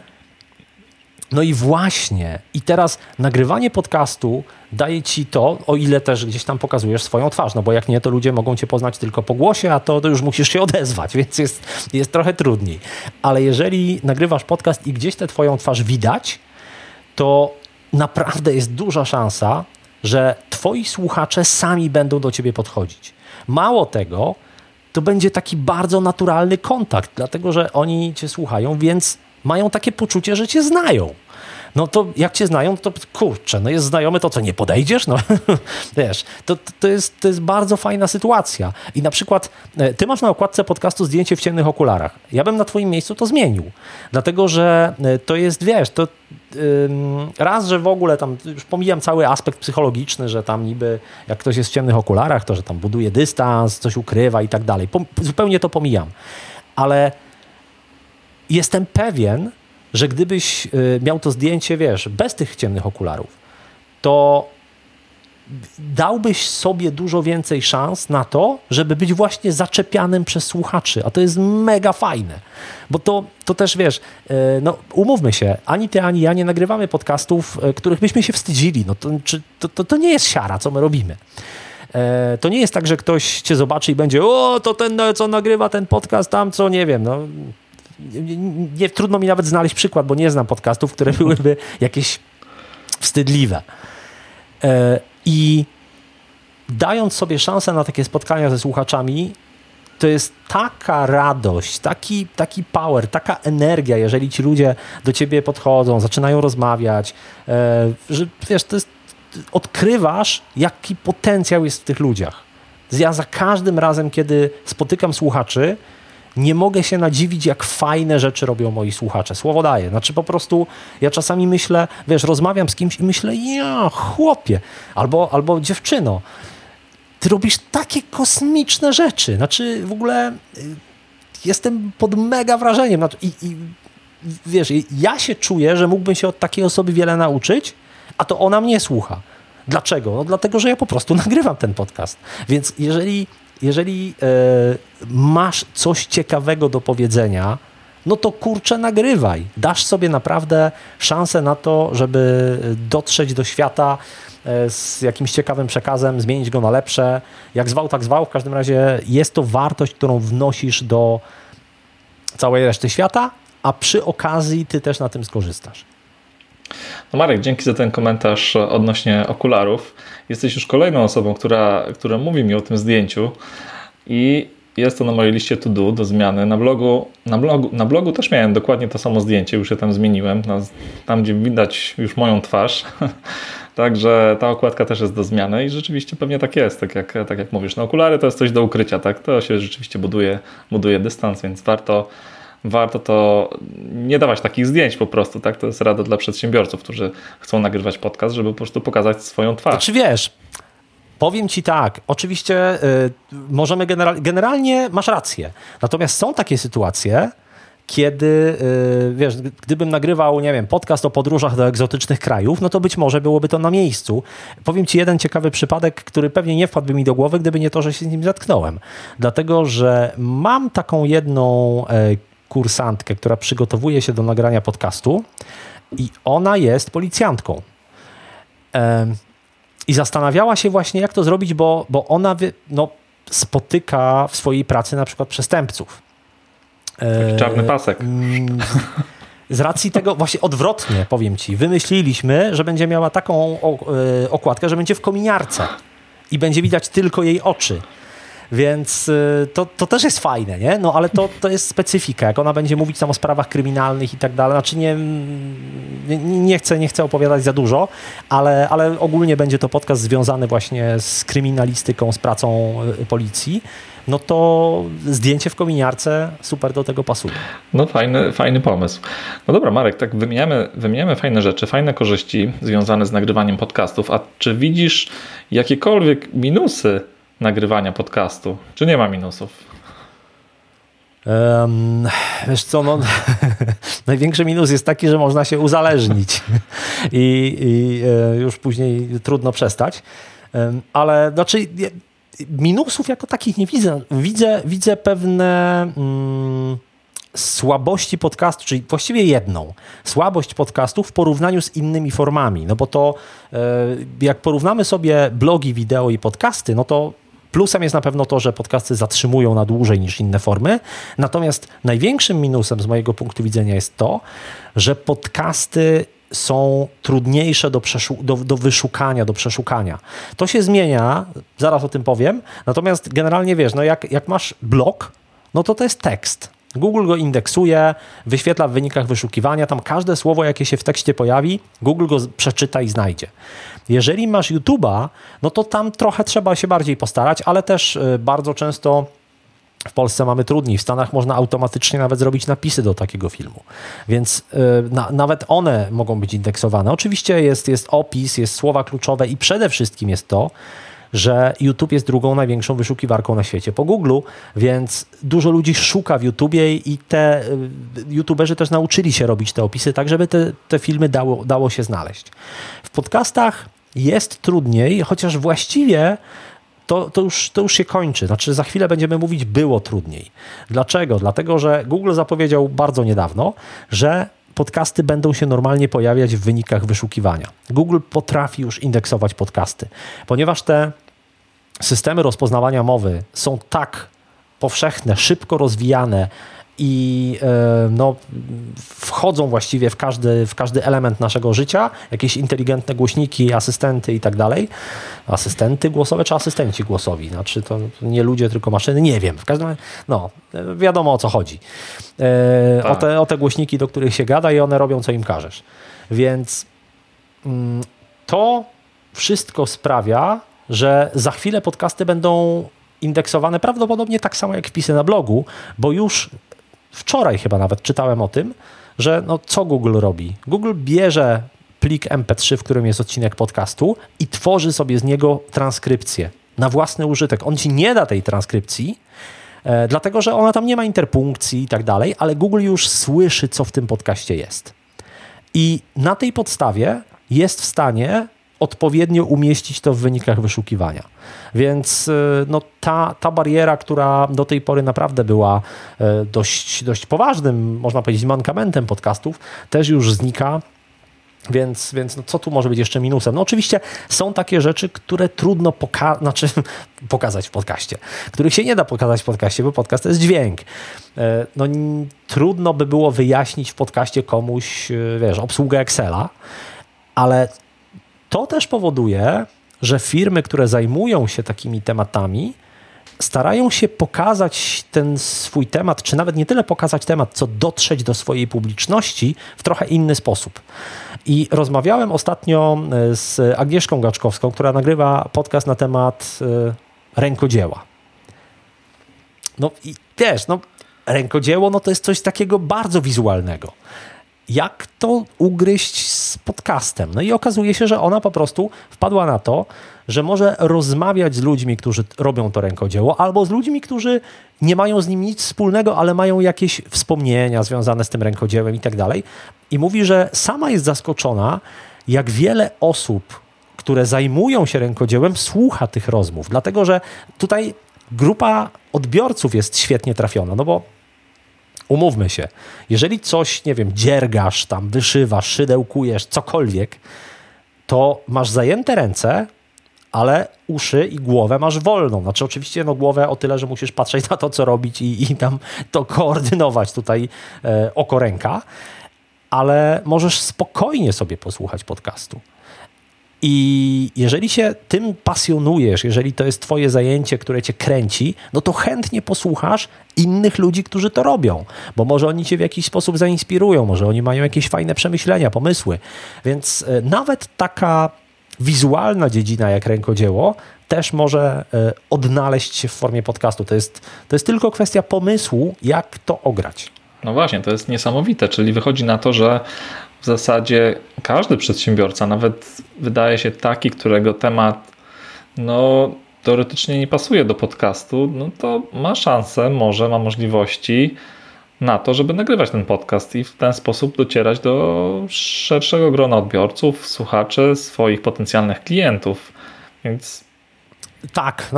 No i właśnie. I teraz nagrywanie podcastu daje ci to, o ile też gdzieś tam pokazujesz swoją twarz, no bo jak nie, to ludzie mogą cię poznać tylko po głosie, a to już musisz się odezwać, więc jest trochę trudniej. Ale jeżeli nagrywasz podcast i gdzieś tę twoją twarz widać, to naprawdę jest duża szansa, że twoi słuchacze sami będą do ciebie podchodzić. Mało tego, to będzie taki bardzo naturalny kontakt, dlatego że oni cię słuchają, więc mają takie poczucie, że cię znają. no to jak cię znają, to kurczę, no jest znajomy, to co, nie podejdziesz? No wiesz, to jest bardzo fajna sytuacja. I na przykład ty masz na okładce podcastu zdjęcie w ciemnych okularach. Ja bym na twoim miejscu to zmienił. Dlatego, że to jest, wiesz, to raz, że w ogóle tam, już pomijam cały aspekt psychologiczny, że tam niby jak ktoś jest w ciemnych okularach, to że tam buduje dystans, coś ukrywa i tak dalej. Zupełnie to pomijam. Ale jestem pewien, że gdybyś miał to zdjęcie, wiesz, bez tych ciemnych okularów, to dałbyś sobie dużo więcej szans na to, żeby być właśnie zaczepianym przez słuchaczy, a to jest mega fajne, bo to też, wiesz, no umówmy się, ani ty, ani ja nie nagrywamy podcastów, których byśmy się wstydzili, no to nie jest siara, co my robimy. To nie jest tak, że ktoś cię zobaczy i będzie, o, to ten, co nagrywa ten podcast, tam co, nie wiem, no trudno mi nawet znaleźć przykład, bo nie znam podcastów, które byłyby jakieś wstydliwe. I dając sobie szansę na takie spotkania ze słuchaczami, to jest taka radość, taki power, taka energia, jeżeli ci ludzie do ciebie podchodzą, zaczynają rozmawiać, że wiesz, to jest, odkrywasz, jaki potencjał jest w tych ludziach. Ja za każdym razem, kiedy spotykam słuchaczy, nie mogę się nadziwić, jak fajne rzeczy robią moi słuchacze. Słowo daję. Znaczy po prostu ja czasami myślę, wiesz, rozmawiam z kimś i myślę, ja chłopie, albo dziewczyno, ty robisz takie kosmiczne rzeczy. Znaczy w ogóle jestem pod mega wrażeniem. I wiesz, ja się czuję, że mógłbym się od takiej osoby wiele nauczyć, a to ona mnie słucha. Dlaczego? No dlatego, że ja po prostu nagrywam ten podcast. Więc jeżeli masz coś ciekawego do powiedzenia, no to kurczę, nagrywaj. Dasz sobie naprawdę szansę na to, żeby dotrzeć do świata z jakimś ciekawym przekazem, zmienić go na lepsze. Jak zwał, tak zwał. W każdym razie jest to wartość, którą wnosisz do całej reszty świata, a przy okazji ty też na tym skorzystasz. No Marek, dzięki za ten komentarz odnośnie okularów. Jesteś już kolejną osobą, która mówi mi o tym zdjęciu i jest to na mojej liście to do zmiany. Na blogu też miałem dokładnie to samo zdjęcie, już je tam zmieniłem, tam gdzie widać już moją twarz. Także ta okładka też jest do zmiany i rzeczywiście pewnie tak jest, tak jak mówisz. No okulary to jest coś do ukrycia, tak? To się rzeczywiście buduje dystans, więc warto to nie dawać takich zdjęć po prostu, tak? To jest rada dla przedsiębiorców, którzy chcą nagrywać podcast, żeby po prostu pokazać swoją twarz. Znaczy wiesz, powiem ci tak, oczywiście możemy generalnie masz rację, natomiast są takie sytuacje, kiedy, wiesz, gdybym nagrywał, nie wiem, podcast o podróżach do egzotycznych krajów, no to być może byłoby to na miejscu. Powiem ci jeden ciekawy przypadek, który pewnie nie wpadłby mi do głowy, gdyby nie to, że się z nim zetknąłem. Dlatego, że mam taką jedną kursantkę, która przygotowuje się do nagrania podcastu i ona jest policjantką. I zastanawiała się właśnie, jak to zrobić, bo ona spotyka w swojej pracy na przykład przestępców. Taki czarny pasek. Z racji tego, właśnie odwrotnie powiem ci, wymyśliliśmy, że będzie miała taką okładkę, że będzie w kominiarce i będzie widać tylko jej oczy. Więc to też jest fajne, nie? No ale to jest specyfika. Jak ona będzie mówić tam o sprawach kryminalnych i tak dalej, znaczy nie chcę opowiadać za dużo, ale ogólnie będzie to podcast związany właśnie z kryminalistyką, z pracą policji, no to zdjęcie w kominiarce super do tego pasuje. No fajny pomysł. No dobra, Marek, tak wymieniamy fajne rzeczy, fajne korzyści związane z nagrywaniem podcastów, a czy widzisz jakiekolwiek minusy nagrywania podcastu? Czy nie ma minusów? Wiesz co, no, największy minus jest taki, że można się uzależnić i już później trudno przestać. Ale znaczy minusów jako takich nie widzę. Widzę pewne słabości podcastu, czyli właściwie jedną. Słabość podcastu w porównaniu z innymi formami. No bo to jak porównamy sobie blogi, wideo i podcasty, no to plusem jest na pewno to, że podcasty zatrzymują na dłużej niż inne formy. Natomiast największym minusem z mojego punktu widzenia jest to, że podcasty są trudniejsze do wyszukania, do przeszukania. To się zmienia, zaraz o tym powiem. Natomiast generalnie wiesz, no jak masz blog, no to jest tekst. Google go indeksuje, wyświetla w wynikach wyszukiwania, tam każde słowo, jakie się w tekście pojawi, Google go przeczyta i znajdzie. Jeżeli masz YouTube'a, no to tam trochę trzeba się bardziej postarać, ale też bardzo często w Polsce mamy trudniej. W Stanach można automatycznie nawet zrobić napisy do takiego filmu. Więc nawet one mogą być indeksowane. Oczywiście jest opis, jest słowa kluczowe i przede wszystkim jest to, że YouTube jest drugą największą wyszukiwarką na świecie po Google'u, więc dużo ludzi szuka w YouTubie i te YouTuberzy też nauczyli się robić te opisy tak, żeby te filmy dało się znaleźć. W podcastach jest trudniej, chociaż właściwie to już się kończy. Znaczy za chwilę będziemy mówić, było trudniej. Dlaczego? Dlatego, że Google zapowiedział bardzo niedawno, że podcasty będą się normalnie pojawiać w wynikach wyszukiwania. Google potrafi już indeksować podcasty, ponieważ te systemy rozpoznawania mowy są tak powszechne, szybko rozwijane i wchodzą właściwie w każdy element naszego życia, jakieś inteligentne głośniki, asystenty i tak dalej. Asystenty głosowe czy asystenci głosowi? Znaczy to nie ludzie, tylko maszyny? Nie wiem. W każdym razie, wiadomo o co chodzi. O te głośniki, do których się gada i one robią, co im każesz. Więc to wszystko sprawia, że za chwilę podcasty będą indeksowane prawdopodobnie tak samo jak wpisy na blogu, bo już wczoraj chyba nawet czytałem o tym, że co Google robi? Google bierze plik MP3, w którym jest odcinek podcastu i tworzy sobie z niego transkrypcję na własny użytek. On ci nie da tej transkrypcji, dlatego że ona tam nie ma interpunkcji i tak dalej, ale Google już słyszy, co w tym podcaście jest. I na tej podstawie jest w stanie odpowiednio umieścić to w wynikach wyszukiwania. Więc ta bariera, która do tej pory naprawdę była dość poważnym, można powiedzieć, mankamentem podcastów, też już znika. Więc co tu może być jeszcze minusem? No oczywiście są takie rzeczy, które trudno pokazać w podcaście, których się nie da pokazać w podcaście, bo podcast to jest dźwięk. Trudno by było wyjaśnić w podcaście komuś, obsługę Excela, ale to też powoduje, że firmy, które zajmują się takimi tematami, starają się pokazać ten swój temat, czy nawet nie tyle pokazać temat, co dotrzeć do swojej publiczności w trochę inny sposób. I rozmawiałem ostatnio z Agnieszką Gaczkowską, która nagrywa podcast na temat rękodzieła. Rękodzieło to jest coś takiego bardzo wizualnego. Jak to ugryźć z podcastem? No i okazuje się, że ona po prostu wpadła na to, że może rozmawiać z ludźmi, którzy robią to rękodzieło, albo z ludźmi, którzy nie mają z nim nic wspólnego, ale mają jakieś wspomnienia związane z tym rękodziełem i tak dalej. I mówi, że sama jest zaskoczona, jak wiele osób, które zajmują się rękodziełem, słucha tych rozmów. Dlatego, że tutaj grupa odbiorców jest świetnie trafiona, bo umówmy się, jeżeli coś, dziergasz tam, wyszywasz, szydełkujesz, cokolwiek, to masz zajęte ręce, ale uszy i głowę masz wolną. Znaczy oczywiście głowę o tyle, że musisz patrzeć na to, co robić i tam to koordynować tutaj oko, ręka, ale możesz spokojnie sobie posłuchać podcastu. I jeżeli się tym pasjonujesz, jeżeli to jest twoje zajęcie, które cię kręci, to chętnie posłuchasz innych ludzi, którzy to robią, bo może oni cię w jakiś sposób zainspirują, może oni mają jakieś fajne przemyślenia, pomysły. Więc nawet taka wizualna dziedzina jak rękodzieło też może odnaleźć się w formie podcastu. To jest tylko kwestia pomysłu, jak to ograć. No właśnie, to jest niesamowite, czyli wychodzi na to, że w zasadzie każdy przedsiębiorca, nawet wydaje się taki, którego temat teoretycznie nie pasuje do podcastu, to ma szansę, ma możliwości na to, żeby nagrywać ten podcast i w ten sposób docierać do szerszego grona odbiorców, słuchaczy, swoich potencjalnych klientów. Więc tak,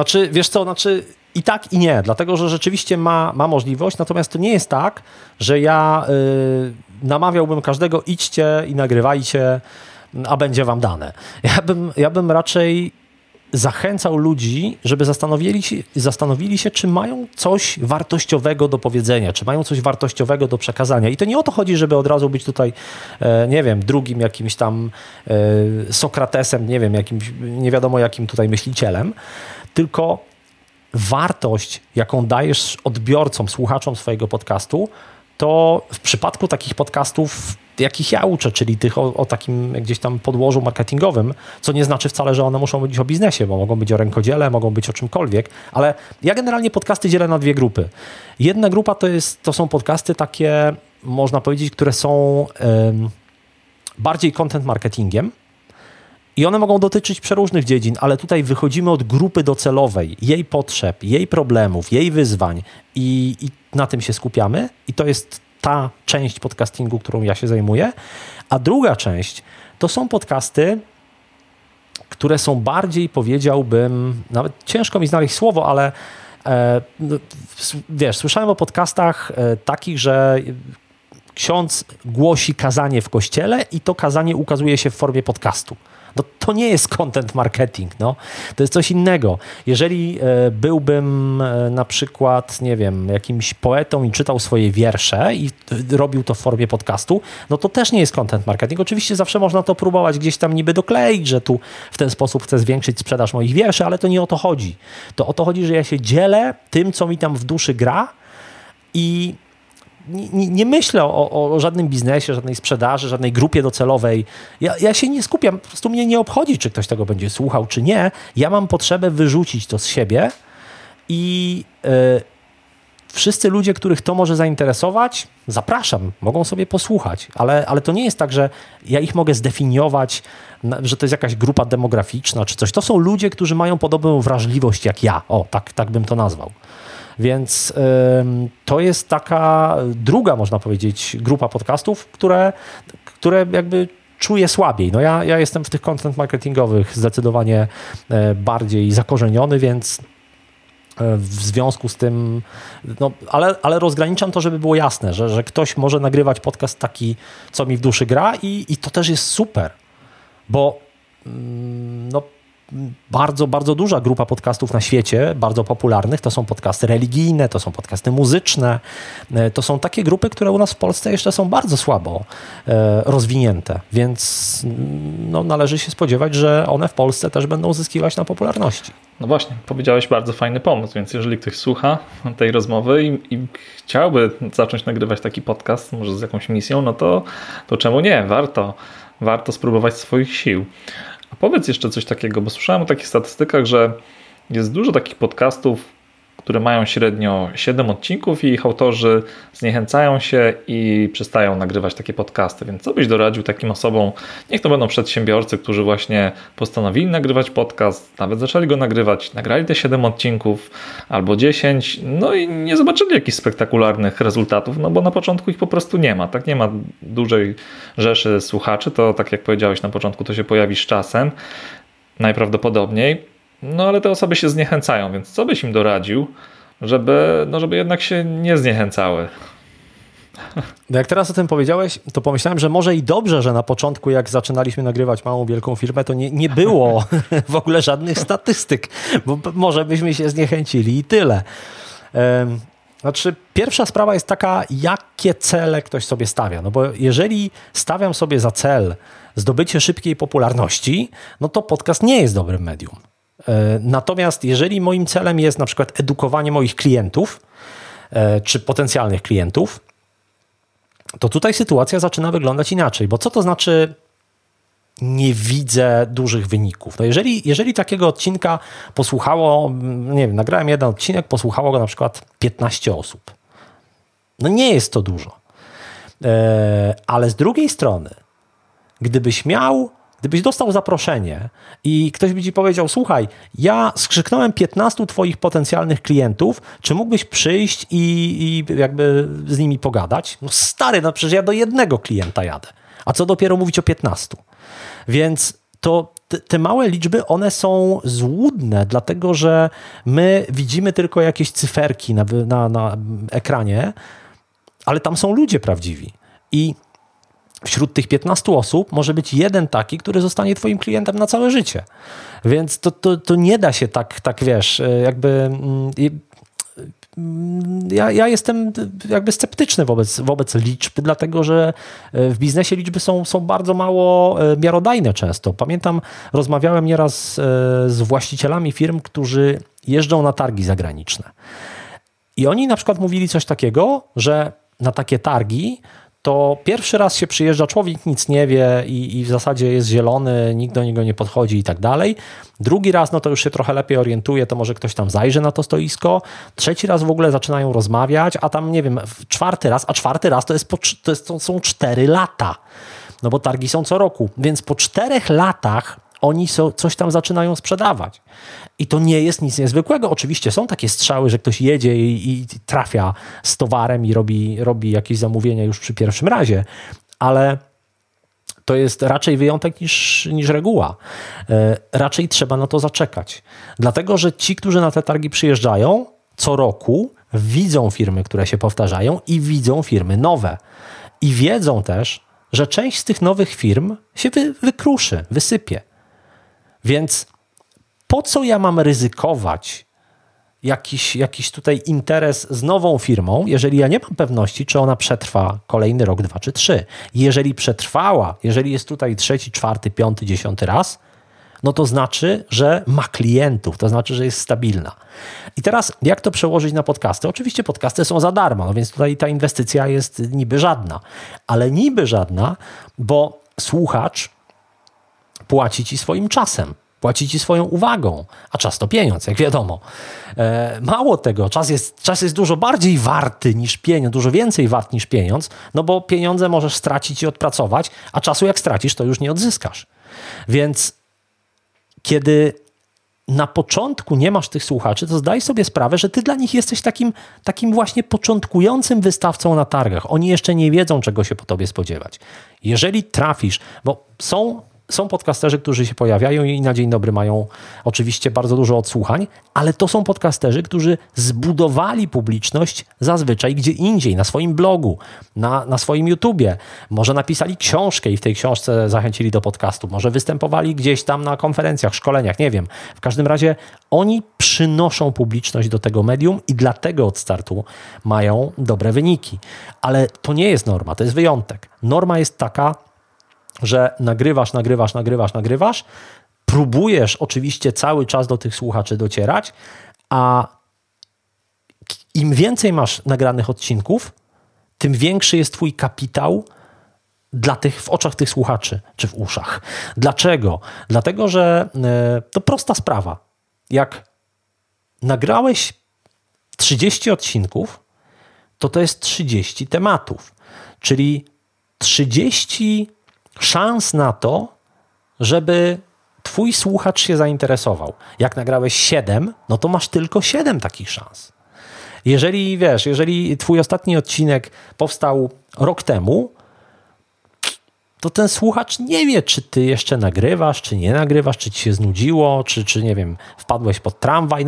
i tak i nie, dlatego że rzeczywiście ma możliwość, natomiast to nie jest tak, że ja namawiałbym każdego, idźcie i nagrywajcie, a będzie wam dane. Ja bym raczej zachęcał ludzi, żeby zastanowili się, czy mają coś wartościowego do powiedzenia, czy mają coś wartościowego do przekazania. I to nie o to chodzi, żeby od razu być tutaj, drugim jakimś tam Sokratesem, jakimś nie wiadomo jakim tutaj myślicielem, tylko wartość, jaką dajesz odbiorcom, słuchaczom swojego podcastu, to w przypadku takich podcastów, jakich ja uczę, czyli tych o takim gdzieś tam podłożu marketingowym, co nie znaczy wcale, że one muszą być o biznesie, bo mogą być o rękodziele, mogą być o czymkolwiek, ale ja generalnie podcasty dzielę na dwie grupy. Jedna grupa to są podcasty takie, można powiedzieć, które są bardziej content marketingiem i one mogą dotyczyć przeróżnych dziedzin, ale tutaj wychodzimy od grupy docelowej, jej potrzeb, jej problemów, jej wyzwań i na tym się skupiamy i to jest ta część podcastingu, którą ja się zajmuję, a druga część to są podcasty, które są bardziej, powiedziałbym, nawet ciężko mi znaleźć słowo, ale wiesz, słyszałem o podcastach takich, że ksiądz głosi kazanie w kościele i to kazanie ukazuje się w formie podcastu. No, to nie jest content marketing, no. To jest coś innego. Jeżeli byłbym na przykład, nie wiem, jakimś poetą i czytał swoje wiersze i robił to w formie podcastu, no to też nie jest content marketing. Oczywiście zawsze można to próbować gdzieś tam niby dokleić, że tu w ten sposób chcę zwiększyć sprzedaż moich wierszy, ale to nie o to chodzi. To o to chodzi, że ja się dzielę tym, co mi tam w duszy gra i nie myślę o żadnym biznesie, żadnej sprzedaży, żadnej grupie docelowej. Ja się nie skupiam, po prostu mnie nie obchodzi, czy ktoś tego będzie słuchał, czy nie. Ja mam potrzebę wyrzucić to z siebie i wszyscy ludzie, których to może zainteresować, zapraszam, mogą sobie posłuchać, ale to nie jest tak, że ja ich mogę zdefiniować, że to jest jakaś grupa demograficzna czy coś. To są ludzie, którzy mają podobną wrażliwość jak ja. O, tak bym to nazwał. Więc to jest taka druga, można powiedzieć, grupa podcastów, które jakby czuję słabiej. No ja jestem w tych content marketingowych zdecydowanie bardziej zakorzeniony, więc w związku z tym, no, ale rozgraniczam to, żeby było jasne, że ktoś może nagrywać podcast taki, co mi w duszy gra i to też jest super, bo no, bardzo, bardzo duża grupa podcastów na świecie, bardzo popularnych, to są podcasty religijne, to są podcasty muzyczne, to są takie grupy, które u nas w Polsce jeszcze są bardzo słabo rozwinięte, więc no, należy się spodziewać, że one w Polsce też będą zyskiwać na popularności. No właśnie, powiedziałeś bardzo fajny pomysł, więc jeżeli ktoś słucha tej rozmowy i chciałby zacząć nagrywać taki podcast, może z jakąś misją, no to czemu nie? Warto spróbować swoich sił. A powiedz jeszcze coś takiego, bo słyszałem o takich statystykach, że jest dużo takich podcastów, które mają średnio 7 odcinków i ich autorzy zniechęcają się i przestają nagrywać takie podcasty. Więc co byś doradził takim osobom, niech to będą przedsiębiorcy, którzy właśnie postanowili nagrywać podcast, nawet zaczęli go nagrywać, nagrali te 7 odcinków albo 10, no i nie zobaczyli jakichś spektakularnych rezultatów, no bo na początku ich po prostu nie ma. Tak, nie ma dużej rzeszy słuchaczy, to tak jak powiedziałeś na początku, to się pojawi z czasem, najprawdopodobniej. No ale te osoby się zniechęcają, więc co byś im doradził, żeby jednak się nie zniechęcały? No jak teraz o tym powiedziałeś, to pomyślałem, że może i dobrze, że na początku, jak zaczynaliśmy nagrywać Małą Wielką Firmę, to nie było w ogóle żadnych statystyk, bo może byśmy się zniechęcili i tyle. Znaczy, pierwsza sprawa jest taka, jakie cele ktoś sobie stawia. No bo jeżeli stawiam sobie za cel zdobycie szybkiej popularności, no to podcast nie jest dobrym medium. Natomiast jeżeli moim celem jest na przykład edukowanie moich klientów czy potencjalnych klientów, to tutaj sytuacja zaczyna wyglądać inaczej. Bo co to znaczy nie widzę dużych wyników? No jeżeli takiego odcinka posłuchało, nie wiem, nagrałem jeden odcinek, posłuchało go na przykład 15 osób. No nie jest to dużo. Ale z drugiej strony, gdybyś dostał zaproszenie i ktoś by ci powiedział, słuchaj, ja skrzyknąłem 15 twoich potencjalnych klientów, czy mógłbyś przyjść i jakby z nimi pogadać? No stary, no przecież ja do jednego klienta jadę. A co dopiero mówić o 15? Więc to te małe liczby, one są złudne, dlatego że my widzimy tylko jakieś cyferki na ekranie, ale tam są ludzie prawdziwi. I wśród tych 15 osób może być jeden taki, który zostanie twoim klientem na całe życie. Więc to nie da się tak wiesz, jakby ja jestem jakby sceptyczny wobec liczb, dlatego że w biznesie liczby są bardzo mało miarodajne często. Pamiętam, rozmawiałem nieraz z właścicielami firm, którzy jeżdżą na targi zagraniczne. I oni na przykład mówili coś takiego, że na takie targi to pierwszy raz się przyjeżdża, człowiek nic nie wie i w zasadzie jest zielony, nikt do niego nie podchodzi i tak dalej. Drugi raz, no to już się trochę lepiej orientuje, to może ktoś tam zajrzy na to stoisko. Trzeci raz w ogóle zaczynają rozmawiać, a tam nie wiem, czwarty raz to są 4 lata. No bo targi są co roku, więc po 4 latach oni coś tam zaczynają sprzedawać. I to nie jest nic niezwykłego. Oczywiście są takie strzały, że ktoś jedzie i trafia z towarem i robi jakieś zamówienia już przy pierwszym razie, ale to jest raczej wyjątek niż reguła. Raczej trzeba na to zaczekać. Dlatego, że ci, którzy na te targi przyjeżdżają co roku, widzą firmy, które się powtarzają i widzą firmy nowe. I wiedzą też, że część z tych nowych firm się wykruszy, wysypie. Więc po co ja mam ryzykować jakiś tutaj interes z nową firmą, jeżeli ja nie mam pewności, czy ona przetrwa kolejny rok, 2 czy 3. Jeżeli przetrwała, jeżeli jest tutaj 3., 4., 5., 10. raz, no to znaczy, że ma klientów, to znaczy, że jest stabilna. I teraz jak to przełożyć na podcasty? Oczywiście podcasty są za darmo, no więc tutaj ta inwestycja jest niby żadna. Ale niby żadna, bo słuchacz płaci ci swoim czasem. Płaci ci swoją uwagą, a czas to pieniądz, jak wiadomo. Mało tego, czas jest dużo bardziej warty niż pieniądz, dużo więcej wart niż pieniądz, no bo pieniądze możesz stracić i odpracować, a czasu jak stracisz, to już nie odzyskasz. Więc kiedy na początku nie masz tych słuchaczy, to zdaj sobie sprawę, że ty dla nich jesteś takim właśnie początkującym wystawcą na targach. Oni jeszcze nie wiedzą, czego się po tobie spodziewać. Jeżeli trafisz, bo są podcasterzy, którzy się pojawiają i na dzień dobry mają oczywiście bardzo dużo odsłuchań, ale to są podcasterzy, którzy zbudowali publiczność zazwyczaj gdzie indziej, na swoim blogu, na swoim YouTubie. Może napisali książkę i w tej książce zachęcili do podcastu. Może występowali gdzieś tam na konferencjach, szkoleniach, nie wiem. W każdym razie oni przynoszą publiczność do tego medium i dlatego od startu mają dobre wyniki. Ale to nie jest norma, to jest wyjątek. Norma jest taka, że nagrywasz, próbujesz oczywiście cały czas do tych słuchaczy docierać, a im więcej masz nagranych odcinków, tym większy jest twój kapitał w oczach tych słuchaczy, czy w uszach. Dlaczego? Dlatego, że to prosta sprawa. Jak nagrałeś 30 odcinków, to jest 30 tematów, czyli 30 szans na to, żeby twój słuchacz się zainteresował. Jak nagrałeś 7, no to masz tylko 7 takich szans. Jeżeli twój ostatni odcinek powstał rok temu, to ten słuchacz nie wie, czy ty jeszcze nagrywasz, czy nie nagrywasz, czy ci się znudziło, czy nie wiem, wpadłeś pod tramwaj,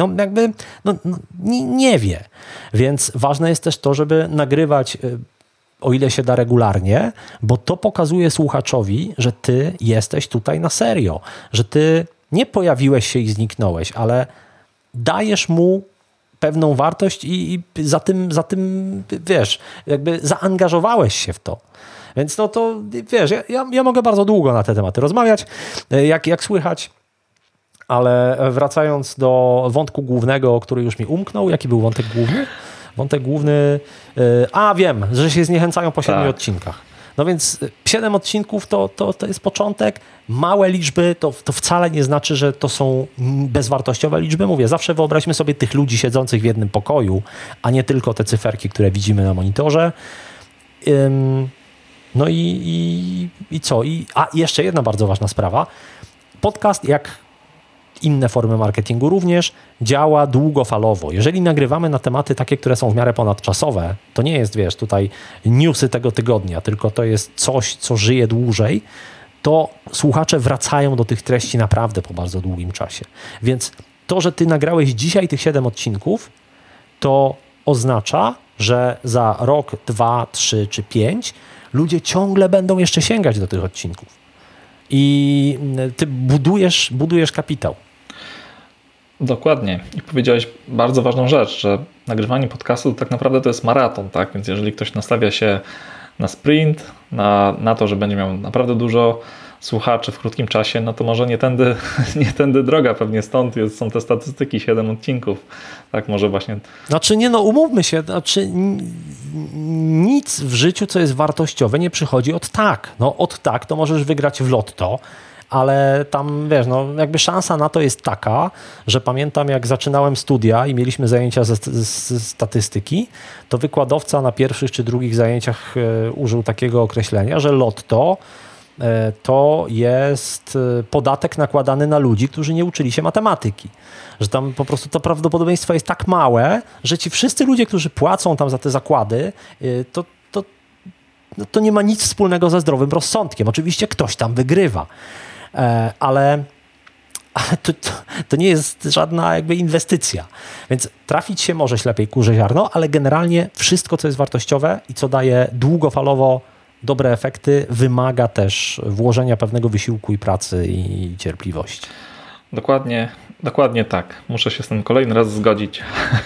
nie wie. Więc ważne jest też to, żeby nagrywać o ile się da regularnie, bo to pokazuje słuchaczowi, że ty jesteś tutaj na serio, że ty nie pojawiłeś się i zniknąłeś, ale dajesz mu pewną wartość i za tym wiesz, jakby zaangażowałeś się w to. Więc no to wiesz, ja mogę bardzo długo na te tematy rozmawiać, jak słychać, ale wracając do wątku głównego, który już mi umknął, jaki był wątek główny? Wątek główny... wiem, że się zniechęcają po 7 odcinkach. No więc 7 odcinków to jest początek. Małe liczby to wcale nie znaczy, że to są bezwartościowe liczby. Mówię, zawsze wyobraźmy sobie tych ludzi siedzących w jednym pokoju, a nie tylko te cyferki, które widzimy na monitorze. No i co? A jeszcze jedna bardzo ważna sprawa. Podcast, jak inne formy marketingu również, działa długofalowo. Jeżeli nagrywamy na tematy takie, które są w miarę ponadczasowe, to nie jest, wiesz, tutaj newsy tego tygodnia, tylko to jest coś, co żyje dłużej, to słuchacze wracają do tych treści naprawdę po bardzo długim czasie. Więc to, że ty nagrałeś dzisiaj tych 7 odcinków, to oznacza, że za rok, 2, 3 czy 5 ludzie ciągle będą jeszcze sięgać do tych odcinków. I ty budujesz kapitał. Dokładnie. I powiedziałeś bardzo ważną rzecz, że nagrywanie podcastu tak naprawdę to jest maraton, tak? Więc jeżeli ktoś nastawia się na sprint, na to, że będzie miał naprawdę dużo słuchaczy w krótkim czasie, no to może nie tędy droga, pewnie stąd są te statystyki, 7 odcinków. Tak, może właśnie. Znaczy nie, no umówmy się, nic w życiu, co jest wartościowe, nie przychodzi od tak. No od tak to możesz wygrać w lotto, ale tam, wiesz, no jakby szansa na to jest taka, że pamiętam jak zaczynałem studia i mieliśmy zajęcia ze statystyki, to wykładowca na pierwszych czy drugich zajęciach użył takiego określenia, że lotto to jest podatek nakładany na ludzi, którzy nie uczyli się matematyki. Że tam po prostu to prawdopodobieństwo jest tak małe, że ci wszyscy ludzie, którzy płacą tam za te zakłady, to nie ma nic wspólnego ze zdrowym rozsądkiem. Oczywiście ktoś tam wygrywa, ale to nie jest żadna jakby inwestycja. Więc trafić się może ślepej kurze ziarno, ale generalnie wszystko, co jest wartościowe i co daje długofalowo dobre efekty, wymaga też włożenia pewnego wysiłku i pracy i cierpliwości. Dokładnie tak. Muszę się z tym kolejny raz zgodzić.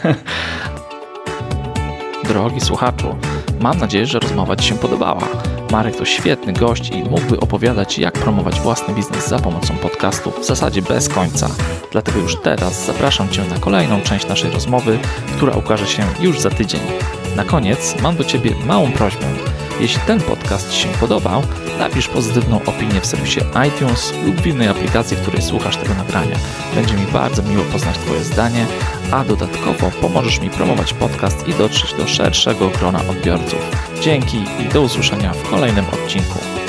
Drogi słuchaczu, mam nadzieję, że rozmowa Ci się podobała. Marek to świetny gość i mógłby opowiadać, jak promować własny biznes za pomocą podcastu w zasadzie bez końca. Dlatego już teraz zapraszam Cię na kolejną część naszej rozmowy, która ukaże się już za tydzień. Na koniec mam do Ciebie małą prośbę. Jeśli ten podcast Ci się podobał, napisz pozytywną opinię w serwisie iTunes lub w innej aplikacji, w której słuchasz tego nagrania. Będzie mi bardzo miło poznać Twoje zdanie, a dodatkowo pomożesz mi promować podcast i dotrzeć do szerszego grona odbiorców. Dzięki i do usłyszenia w kolejnym odcinku.